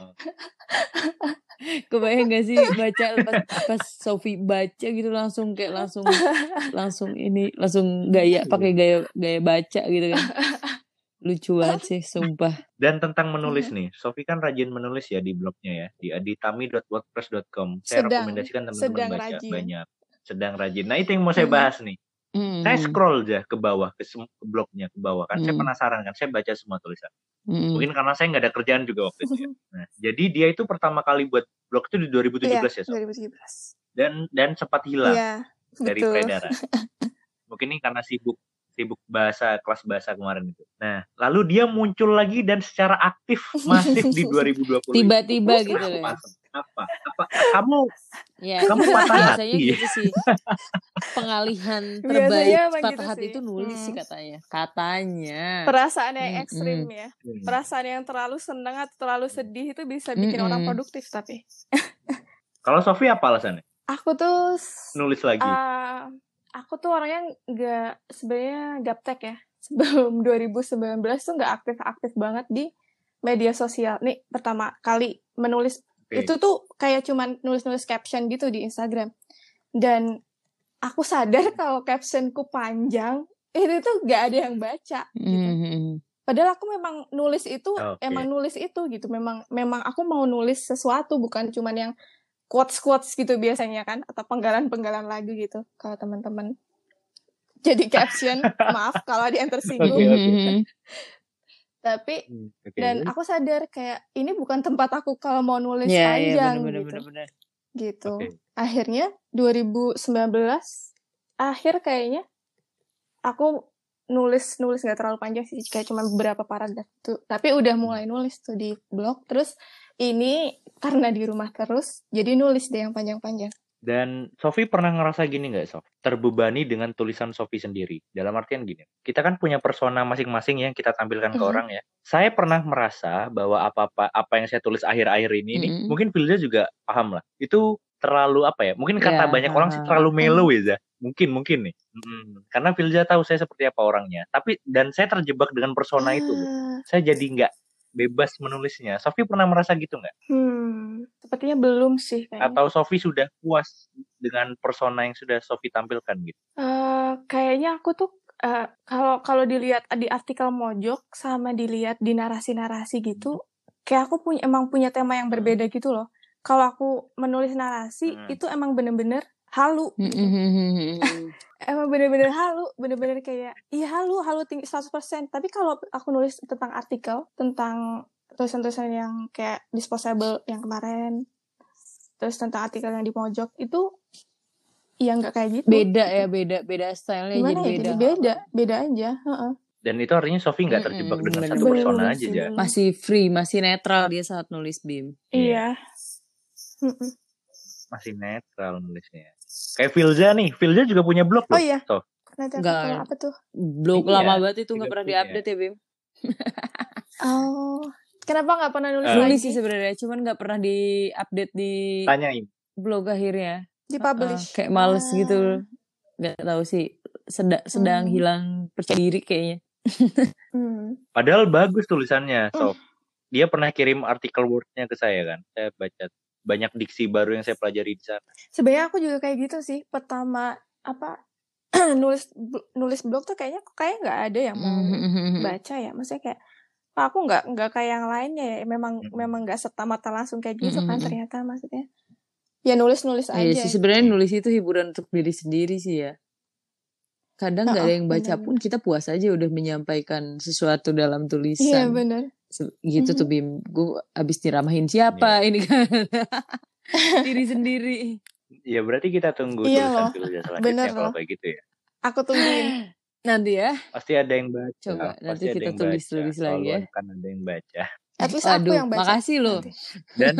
Kebayang gak sih baca pas, pas Sofi baca gitu langsung kayak langsung langsung ini langsung gaya pakai gaya gaya baca gitu kan. Lucu banget sih, sumpah. Dan tentang menulis nih, Sofi kan rajin menulis ya di blognya ya, di aditami dot wordpress dot com. Saya Sedang, rekomendasikan teman-teman sedang baca rajin. banyak. Sedang rajin. Nah itu yang mau saya bahas nih. Mm. Saya scroll aja ke bawah, ke, sem- ke blognya ke bawah kan. Saya Mm. penasaran kan, saya baca semua tulisan. Mm. Mungkin karena saya nggak ada kerjaan juga waktu itu ya. Nah, jadi dia itu pertama kali buat blog itu di dua ribu tujuh belas Iya, ya, Sof? dua ribu tujuh belas. Dan dan sempat hilang Iya, dari betul. peredaran. Mungkin ini karena sibuk sibuk bahasa kelas bahasa kemarin itu. Nah, lalu dia muncul lagi dan secara aktif masif di dua ribu dua puluh. Tiba-tiba gitu loh. Apa? Apa? Apa? Kamu ya, kamu patah biasanya hati. gitu sih. Pengalihan Biasanya terbaik emang patah gitu hati sih. itu nulis Hmm. sih katanya. Katanya. Perasaan yang Mm-mm. ekstrim ya. Hmm. Perasaan yang terlalu senang atau terlalu sedih itu bisa bikin Mm-mm. orang produktif tapi. Kalau Sofi apa alasannya? Aku tuh Nulis lagi. Uh, aku tuh orangnya nggak sebenarnya gaptek ya. Sebelum dua ribu sembilan belas tuh nggak aktif-aktif banget di media sosial. Nih pertama kali menulis Okay. itu tuh kayak cuman nulis-nulis caption gitu di Instagram. Dan aku sadar kalau captionku panjang, itu tuh nggak ada yang baca. Gitu. Mm-hmm. Padahal aku memang nulis itu, Okay. emang nulis itu gitu. Memang memang aku mau nulis sesuatu, bukan cuman yang quotes-quotes gitu biasanya kan, atau penggalan-penggalan lagu gitu. Kalau teman-teman jadi caption, maaf kalau ada yang tersinggung. Okay, okay. Tapi okay. dan aku sadar kayak ini bukan tempat aku kalau mau nulis yeah, panjang yeah, bener, gitu. Bener, bener. Gitu. Okay. Akhirnya dua ribu sembilan belas akhir kayaknya aku nulis nulis nggak terlalu panjang sih, kayak cuma beberapa paragraf tuh. Tapi udah mulai nulis tuh di blog. Terus ini karena di rumah terus, jadi nulis deh yang panjang-panjang. Dan Sofi pernah ngerasa gini nggak, Sof? Terbebani dengan tulisan Sofi sendiri. Dalam artian gini, kita kan punya persona masing-masing yang kita tampilkan Mm-hmm. ke orang ya. Saya pernah merasa bahwa apa-apa apa yang saya tulis akhir-akhir ini, mm-hmm. nih, mungkin Filza juga paham lah. Itu terlalu apa ya? Mungkin kata yeah, banyak uh, orang sih terlalu mellow ya, mungkin mungkin nih. Hmm, karena Filza tahu saya seperti apa orangnya. Tapi dan saya terjebak dengan persona uh. itu. Saya jadi nggak bebas menulisnya. Sofi pernah merasa gitu nggak? Hmm, sepertinya belum sih kayaknya. Atau Sofi sudah puas dengan persona yang sudah Sofi tampilkan gitu? Uh, kayaknya aku tuh uh, kalau kalau dilihat di artikel Mojok sama dilihat di narasi-narasi gitu, kayak aku punya emang punya tema yang berbeda gitu loh. Kalau aku menulis narasi hmm. itu emang bener-bener halu gitu. Emang bener-bener halu, bener-bener kayak iya halu, halu tinggi seratus persen. Tapi kalau aku nulis tentang artikel, tentang tulisan-tulisan yang kayak disposable yang kemarin, terus tentang artikel yang di Mojok, itu ya nggak kayak gitu. Beda ya, beda beda stylenya jadi Gimana ya? beda. Jadi beda, beda aja. Heeh. Dan itu artinya Sofi nggak terjebak Mm-mm, dengan bener. satu persona Bener aja, sih, Ja. bener. Masih free, masih netral dia saat nulis Bim. Iya. Mm-mm. Masih netral nulisnya. Kayak Filza nih, Filza juga punya blog Oh loh. iya. Sof. Nanti aku Nggak. tahu apa tuh. Blog Iya, lama banget itu juga nggak pernah punya. diupdate ya Bim. Oh, kenapa nggak pernah nulis Eh. Nulis lagi? sih sebenarnya, cuman nggak pernah diupdate di Tanyain. blog akhirnya. Dipublish. Uh, kayak males Ah. gitu, nggak tahu sih. Sedang sedang Hmm. hilang percaya diri kayaknya. Hmm. Padahal bagus tulisannya, Mm. Sof. Dia pernah kirim artikel Word-nya ke saya kan. Saya baca banyak diksi baru yang saya pelajari di sana. Sebenarnya aku juga kayak gitu sih. Pertama apa nulis nulis blog tuh kayaknya kayak nggak ada yang mau baca ya. Maksudnya kayak aku nggak nggak kayak yang lainnya ya. Memang Mm-mm. memang nggak serta-merta langsung kayak gitu kan Mm-mm. ternyata maksudnya. Ya nulis-nulis aja. Iya sih sebenarnya nulis itu hiburan untuk diri sendiri sih ya. Kadang nggak Oh, ada yang baca bener-bener. pun kita puas aja udah menyampaikan sesuatu dalam Iya tulisan. benar. Se- gitu tuh Bim, gue abis diramahin siapa ini kan diri sendiri. Ya berarti kita tunggu Iya tulisan loh. Filza selanjutnya Bener kalau loh. kayak gitu ya. Aku tungguin. Nanti ya, Pasti ada yang baca. coba Pasti nanti ada kita yang tulis baca. tulis lagi Selalu ya. akan ada yang baca. At least aku Waduh, yang baca. makasih loh. nanti. Dan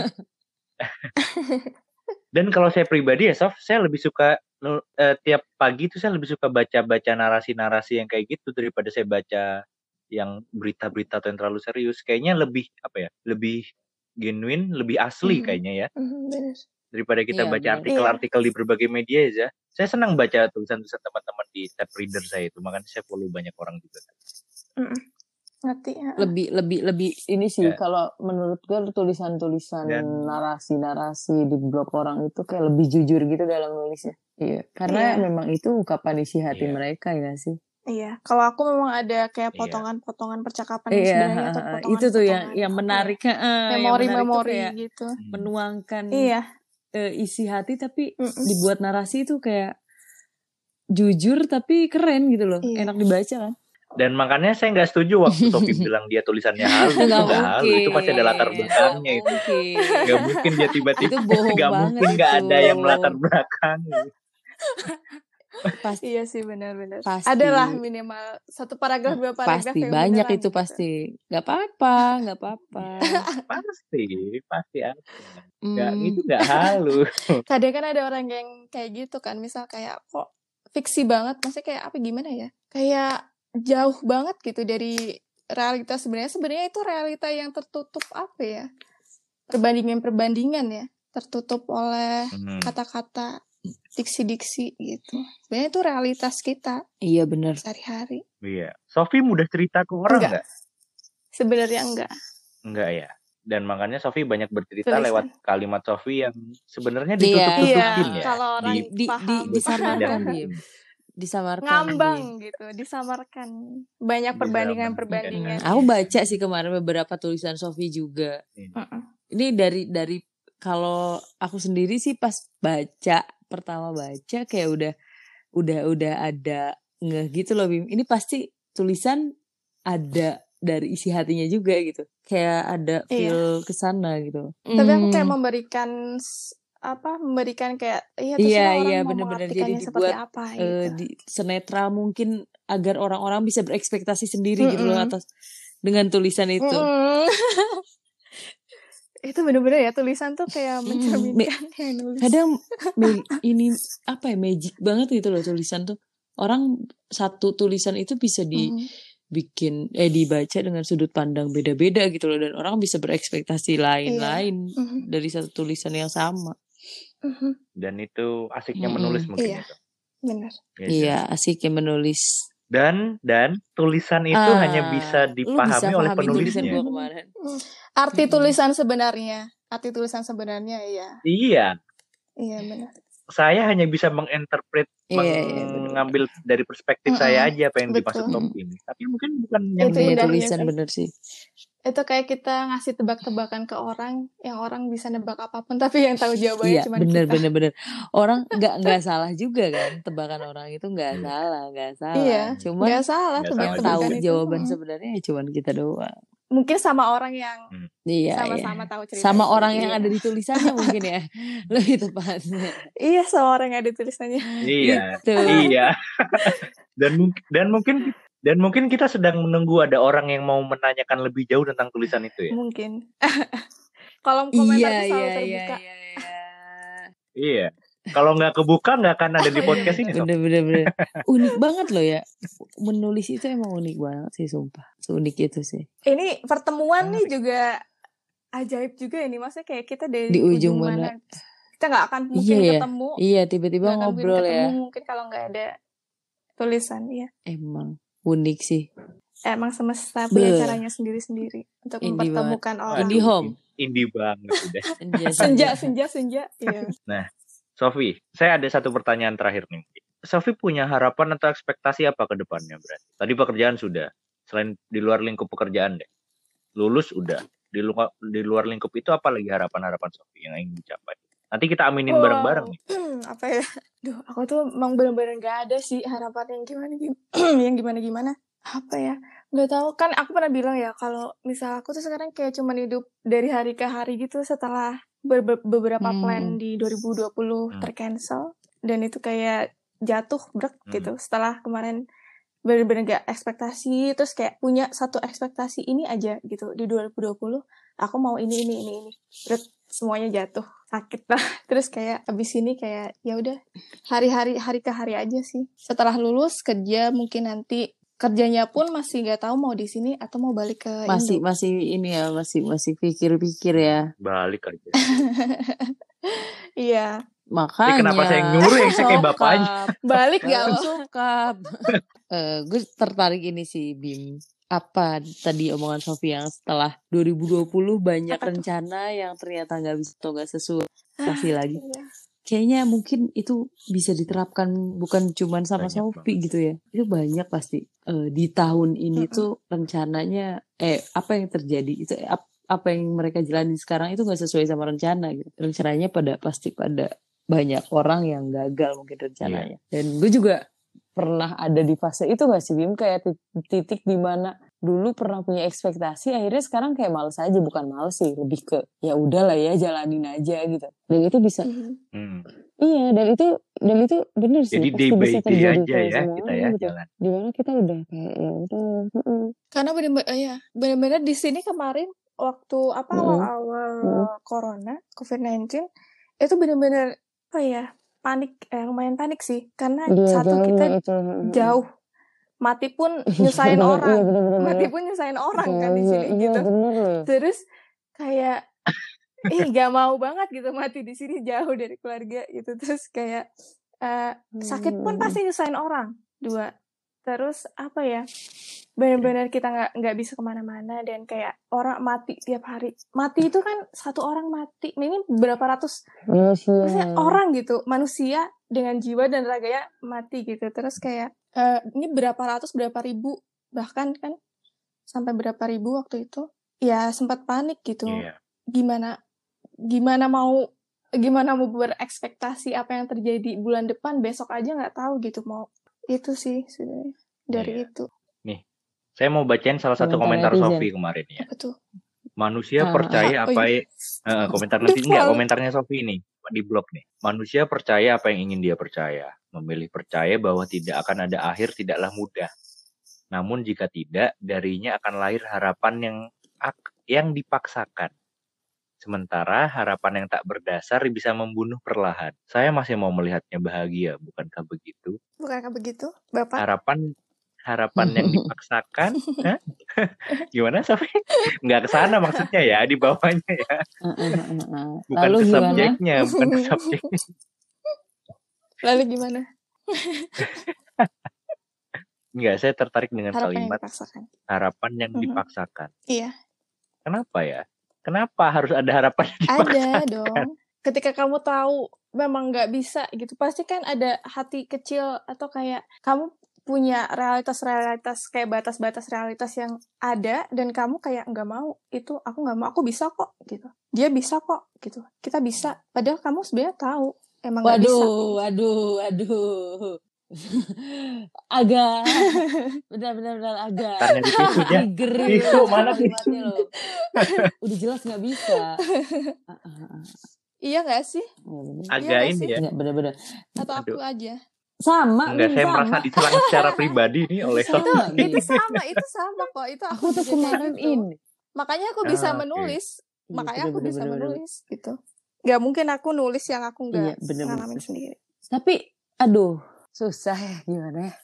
dan kalau saya pribadi ya, Sof, saya lebih suka nu- eh, tiap pagi itu saya lebih suka baca-baca narasi-narasi yang kayak gitu daripada saya baca yang berita-berita atau yang terlalu serius. Kayaknya lebih apa ya? Lebih genuine, lebih asli Mhm. kayaknya ya. Mhm, bener. Daripada kita Iya, baca benar. artikel-artikel di berbagai media ya. Saya senang baca tulisan-tulisan teman-teman di tab reader saya itu. Makanya saya follow banyak orang juga. Mhm. Ngerti. ya. Lebih lebih lebih ini sih Ya. kalau menurut gue tulisan-tulisan Dan- narasi-narasi di blog orang itu kayak lebih jujur gitu dalam nulisnya. Iya, karena Iya. memang itu ungkapan isi hati Iya. mereka ya sih. Iya, kalau aku memang ada kayak Iya. potongan-potongan percakapan yang Iya, sebenarnya atau ha, ha, potongan itu tuh yang yang apa ya, menarik, ha, yang menarik tuh memori-memori kayak gitu. menuangkan Iya. eh, isi hati tapi Mm-mm. dibuat narasi itu kayak jujur tapi keren gitu loh, Iya. enak dibaca kan. Dan makanya saya nggak setuju waktu Sofi bilang dia tulisannya halus. Itu Nggak nggak halus. Itu pasti ada latar mungkin, belakangnya nggak itu. mungkin. Nggak mungkin dia tiba-tiba. Itu bohong Nggak banget mungkin nggak ada itu. yang melatar belakang. Pasti, Iya sih benar-benar. Pasti. Adalah minimal satu paragraf dua paragraf pasti yang banyak beneran itu gitu. pasti. Nggak apa-apa, nggak apa-apa. Pasti, pasti ada. Nggak, Hmm. itu nggak halus. Kadang kan ada orang yang kayak gitu kan, misal kayak kok fiksi banget, maksudnya kayak apa gimana ya? Kayak jauh banget gitu dari realitas sebenarnya. Sebenarnya itu realita yang tertutup apa ya? Perbandingan-perbandingan ya, tertutup oleh Hmm. kata-kata, diksi-diksi gitu. Sebenarnya itu realitas kita Iya benar. sehari-hari. Iya. Sofi mudah cerita ke orang Enggak. nggak? Sebenarnya enggak. Enggak ya. Dan makanya Sofi banyak bercerita Tulisan. lewat kalimat Sofi yang sebenarnya Iya. ditutup-tutupin Iya, ya. kalau orang Di- Di, di, paham. disamarkan Dan- Bim. Disamarkan. Ngambang Bim. gitu, disamarkan. Banyak perbandingan-perbandingan. Disamarkan. Aku baca sih kemarin beberapa tulisan Sofi juga. Mm-mm. Ini dari dari kalau aku sendiri sih pas baca pertama baca kayak udah udah udah ada ngeh gitu loh Bim. Ini pasti tulisan ada dari isi hatinya juga gitu. Kayak ada feel kesana gitu. Tapi aku kayak Hmm. memberikan s- apa? Memberikan kayak iya Iya, terserah orang iya, mau bener-bener. Jadi mengartikannya seperti dibuat, apa eh, gitu. di, senetral mungkin agar orang-orang bisa berekspektasi sendiri gitu loh Mm-mm. atas dengan tulisan itu. Mm-mm. Itu bener-bener ya tulisan tuh kayak Mm-mm. mencerminkan yang nulis. Kadang me- ini apa ya magic banget gitu loh tulisan tuh. Orang satu tulisan itu bisa Mhm. dibikin eh dibaca dengan sudut pandang beda-beda gitu loh dan orang bisa berekspektasi lain-lain Mhm. dari satu tulisan yang sama. Mhm. Dan itu asiknya Mm-mm. menulis mungkin Iya. itu. Bener. Ya, Iya, asiknya menulis. Dan dan tulisan itu Ah, hanya bisa lu dipahami bisa oleh pahamin tulisan penulisnya. gua kemarin. Arti Mm-mm. tulisan sebenarnya, arti tulisan sebenarnya iya, Iya, iya benar. saya hanya bisa menginterpret, Iya, iya, bener. mengambil dari perspektif Mm-mm. saya aja apa yang Betul. dimaksud Sofi ini. Tapi mungkin bukan yang Itu Iya, indahnya tulisan sih. bener sih. Itu kayak kita ngasih tebak-tebakan ke orang, yang orang bisa nebak apapun, tapi yang tahu jawabannya Iya, cuma bener kita. bener bener. Orang nggak nggak salah juga kan tebakan orang itu nggak salah, nggak salah. Iya, Cuman nggak salah Nggak yang salah tahu tebak-tebakan itu. jawaban Mm. sebenarnya ya cuman kita doang. mungkin sama orang yang Hmm. Iya, sama-sama iya. tahu cerita Sama itu, orang yang iya. ada di tulisannya mungkin ya. Lebih tepatnya. Iya, sama orang yang ada tulisannya. Iya, Gitu. iya. dan mungkin dan mungkin dan mungkin kita sedang menunggu ada orang yang mau menanyakan lebih jauh tentang tulisan itu ya. Mungkin. Kolom Iya, komentarku selalu iya, iya, terbuka. iya, iya. Iya. Kalau nggak kebuka nggak akan ada di podcast ini. Sob. Bener, bener, bener. Unik banget loh ya. Menulis itu emang unik banget sih, sumpah. Seunik itu sih. Ini pertemuan nih Menarik. juga ajaib juga ini. Maksudnya kayak kita dari Di ujung ujung mana. mana. Kita nggak akan mungkin Iya ya. ketemu. Iya, tiba-tiba Nggak akan mungkin ngobrol ketemu ya. mungkin kalau nggak ada tulisan. Ya. Emang unik sih. Emang semesta punya Beuh. caranya sendiri-sendiri untuk Indie mempertemukan banget. orang. Indie home. Indie banget udah. Senja, Senja, senja, senja. Iya. Nah, Sofi, saya ada satu pertanyaan terakhir nih. Sofi punya harapan atau ekspektasi apa ke depannya berarti? Tadi pekerjaan sudah. Selain di luar lingkup pekerjaan deh. Lulus udah. Di luar di luar lingkup itu apa lagi harapan-harapan Sofi yang ingin dicapai? Nanti kita aminin Wow. bareng-bareng nih. Apa ya? Duh, aku tuh emang bener-bener gak ada sih harapan yang gimana yang gimana-gimana. Apa ya? Gak tahu. Kan aku pernah bilang ya kalau misal aku tuh sekarang kayak cuman hidup dari hari ke hari gitu setelah ber- beberapa Hmm. plan di dua ribu dua puluh Hmm. tercancel dan itu kayak jatuh brek Hmm. gitu. Setelah kemarin bener-bener gak ekspektasi terus kayak punya satu ekspektasi ini aja gitu di dua ribu dua puluh aku mau ini ini ini ini brek semuanya jatuh sakit lah terus kayak abis ini kayak ya udah hari-hari hari ke hari aja sih setelah lulus kerja mungkin nanti kerjanya pun masih nggak tahu mau di sini atau mau balik ke Masih Indo. masih ini ya, masih masih pikir-pikir ya. Balik aja. Iya, Makanya. Ini kenapa saya yang nyuruh yang saya kayak bapaknya? balik gak Baru lo? sokap. Eh, gue tertarik ini sih, Bim. Apa tadi omongan Sofi yang setelah dua ribu dua puluh banyak Apa tuh? rencana yang ternyata nggak bisa atau nggak sesuai kasih lagi. Iya. Kayaknya mungkin itu bisa diterapkan bukan cuman sama Banyak Sofi gitu ya. Itu banyak pasti. Eh, di tahun ini Mm-mm. tuh rencananya, eh apa yang terjadi itu ap- apa yang mereka jalani sekarang itu nggak sesuai sama rencana gitu. Rencananya pada pasti pada banyak orang yang gagal mungkin rencananya. Dan gue juga pernah ada di fase itu gak sih Bim? Kayak titik di mana dulu pernah punya ekspektasi, akhirnya sekarang kayak males aja. Bukan males sih, lebih ke ya udahlah ya jalanin aja gitu. Dan itu bisa, Mhm. Hmm. iya dan itu dan itu bener sih. Jadi day pasti by bisa day terjadi aja kayak ya sama kita orang ya gitu. jalan. Dimana kita udah kayak ya udah. heeh. Karena bener-bener eh, ya, bener-bener di sini kemarin waktu apa Mm-mm. awal-awal Mm-mm. corona covid sembilan belas itu bener-bener apa ya panik eh, lumayan panik sih karena Iya satu kita jauhnya itu. heeh. jauh mati pun nyusahin Iya orang bener-bener. mati pun nyusahin orang kan di Jauhnya, sini iya gitu bener loh. terus kayak ih gak mau banget gitu mati di sini jauh dari keluarga gitu terus kayak eh, sakit pun Hmm. pasti nyusahin orang dua terus apa ya benar-benar kita nggak nggak bisa kemana-mana dan kayak orang mati tiap hari mati itu kan satu orang mati ini berapa ratus maksudnya Manusia. orang gitu manusia dengan jiwa dan raganya mati gitu terus kayak eh, ini berapa ratus berapa ribu bahkan kan sampai berapa ribu waktu itu ya sempat panik gitu Iya. gimana gimana mau gimana mau berekspektasi apa yang terjadi bulan depan besok aja nggak tahu gitu mau itu sih sebenarnya dari Iya. itu Saya mau bacain salah satu Komentar komentar netizen. Sofi kemarin ya. apa tuh Manusia Ah, percaya oh apa iya. eh, komentar nanti enggak Lupa. komentarnya Sofi nih di blog nih. Manusia percaya apa yang ingin dia percaya. Memilih percaya bahwa tidak akan ada akhir tidaklah mudah. Namun jika tidak, darinya akan lahir harapan yang ak- yang dipaksakan. Sementara harapan yang tak berdasar bisa membunuh perlahan. Saya masih mau melihatnya bahagia, bukankah begitu? Bukankah begitu bapak Harapan harapan yang dipaksakan, Hah? Gimana Sofi? Nggak ke sana maksudnya ya, di bawahnya ya. ah, ah, ah, ah. Bukan Lalu ke gimana? subjeknya, bukan ke subjeknya. lalu gimana Enggak, saya tertarik dengan harapan yang kalimat dipaksakan harapan yang Mhm. dipaksakan. iya Kenapa ya? Kenapa harus ada harapan yang ada dipaksakan? dong ketika kamu tahu memang nggak bisa gitu pasti kan ada hati kecil atau kayak kamu punya realitas-realitas kayak batas-batas realitas yang ada dan kamu kayak nggak mau itu aku nggak mau aku bisa kok gitu dia bisa kok gitu kita bisa padahal kamu sebenarnya tahu emang nggak bisa Waduh, waduh, waduh. agak benar-benar agak Karena di tisunya. trigger Tisu mana tisu? kalimatnya loh. Udah jelas nggak bisa. Ah, ah, ah. Iya nggak sih? Ya, bener. Agak Iya nggak ini sih? ya. Nggak benar-benar. Atau aku Aduh. aja? Sama. Enggak, Min, saya sama. merasa diserang secara pribadi nih oleh Sama, Sofi. Itu Min. sama, itu sama kok. Itu Aku aku tuh juga kayak kemarin gitu. ini. Makanya aku bisa Ah, oke. menulis. Iya, Makanya aku bener-bener bisa bener-bener. menulis gitu. Gak mungkin aku nulis yang aku Iya, nggak bener-bener. ngalamin sendiri. Tapi, aduh, susah ya gimana ya.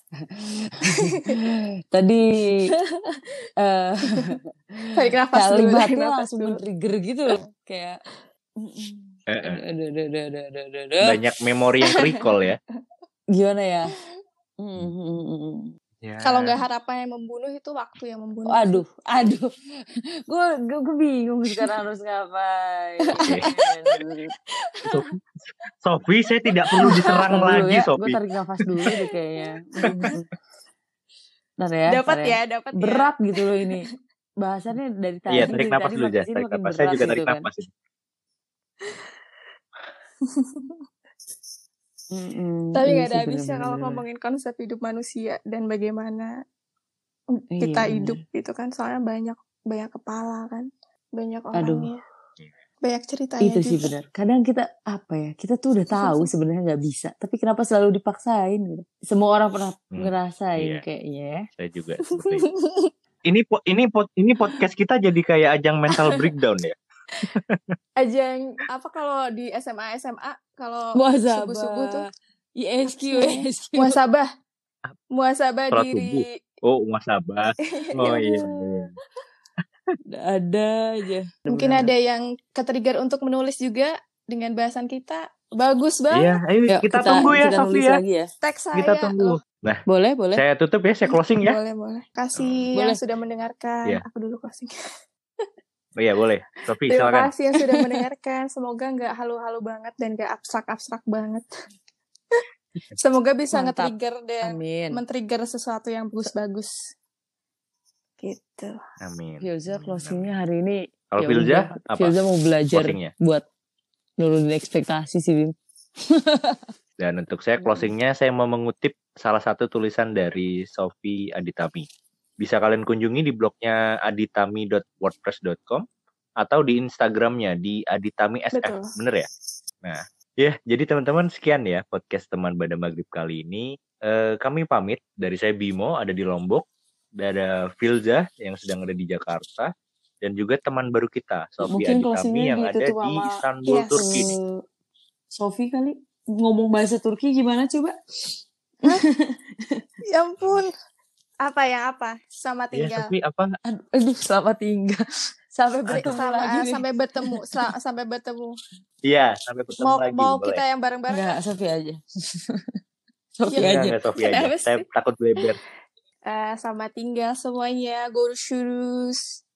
Tadi eh Tarik nafas dulu, tarik kalimatnya nafas langsung dulu. men-trigger gitu loh. Kayak, mm-mm. Eh, aduh, eh. aduh, aduh, aduh, aduh, aduh, aduh, aduh. Banyak memori yang ke-recall ya. Gimana ya? Mm, mm, mm, mm. Ya. Kalau nggak harapan yang membunuh, itu waktu yang membunuh. Aduh, aduh, gue gue bingung sekarang harus ngapain. Oke. Sofi, Sofi, saya tidak perlu diserang Ntar dulu lagi, ya, gue Sofi. tarik nafas dulu deh kayaknya. Ntar ya, Dapat ntar ya, dapat ya. berat gitu loh ini. Bahasannya dari tadi, Iya, tarik dari nafas tadi dulu, makin Jas. sini Tarik makin nafas. Saya berat juga gitu tarik kan. nafas ini. Mm-mm, Tapi iya nggak ada sih, habisnya kalau bener-bener. ngomongin konsep hidup manusia dan bagaimana Iya, kita bener. hidup gitu kan. Soalnya banyak banyak kepala kan, banyak Aduh, orangnya, banyak ceritanya itu sih juga. benar. Kadang kita apa ya? Kita tuh udah tahu sebenarnya nggak bisa, tapi kenapa selalu dipaksain gitu? Semua orang pernah Hmm, ngerasain iya. kayaknya ya. Saya juga seperti itu. Ini po- ini po- ini podcast kita jadi kayak ajang mental breakdown ya. Ajang apa kalau di S M A S M A kalau subuh-subuh tuh Muhasabah, I S Q, apa I sih S Q. muhasabah, muhasabah Sholat subuh. diri. Oh, muhasabah. Oh Ya, iya. Aduh, iya. ada aja. mungkin Benar-benar. ada yang ketrigger untuk menulis juga dengan bahasan kita. Bagus banget. Iya, ayo Yuk, kita, kita tunggu ya, kita Sofi nulis ya. lagi ya. Teks saya. Kita tunggu. Oh, Nah, Boleh, boleh. saya tutup ya, saya closing ya. boleh, boleh. Kasih Boleh. yang sudah mendengarkan. Iya. Aku dulu closing. Oh iya, boleh. Sofi, Terima silakan. kasih yang sudah mendengarkan. Semoga nggak halu-halu banget dan nggak abstrak-abstrak banget. Semoga bisa Mantap. nge-trigger dan Amin. men-trigger sesuatu yang bagus-bagus. Gitu. Amin. Filza closingnya hari ini. Kalau ya Filza, udah. apa Filza mau belajar closingnya? buat nurunin ekspektasi sih, Bim. Dan untuk saya closingnya, saya mau mengutip salah satu tulisan dari Sofi Aditami. Bisa kalian kunjungi di blognya aditami dot wordpress dot com atau di Instagramnya di aditami S F. Betul. Bener ya? Nah, ya, jadi teman-teman sekian ya podcast teman pada maghrib kali ini. Eh, kami pamit. Dari saya Bimo, ada di Lombok. Dan ada Filza yang sedang ada di Jakarta. Dan juga teman baru kita, Sofi Mungkin Aditami closingnya yang ada ditutup di sama Istanbul, Yes. Turki. nih. eh, Sofi kali. Ngomong bahasa Turki gimana coba? Ya ampun. Apa ya apa? Sama Ya, tinggal. Sofi apa? Aduh, aduh selamat tinggal. Sampai bertemu Sama, lagi nih. sampai bertemu, sa- sampai bertemu. Iya, sampai bertemu Mau lagi. mau boleh. kita yang bareng-bareng. Enggak, nggak? Sofi aja. Sofi Ya, Enggak, aja. enggak, Sofi aja. Kenapa Saya sih? takut bleber. Eh, sama tinggal semuanya. Görüşürüz.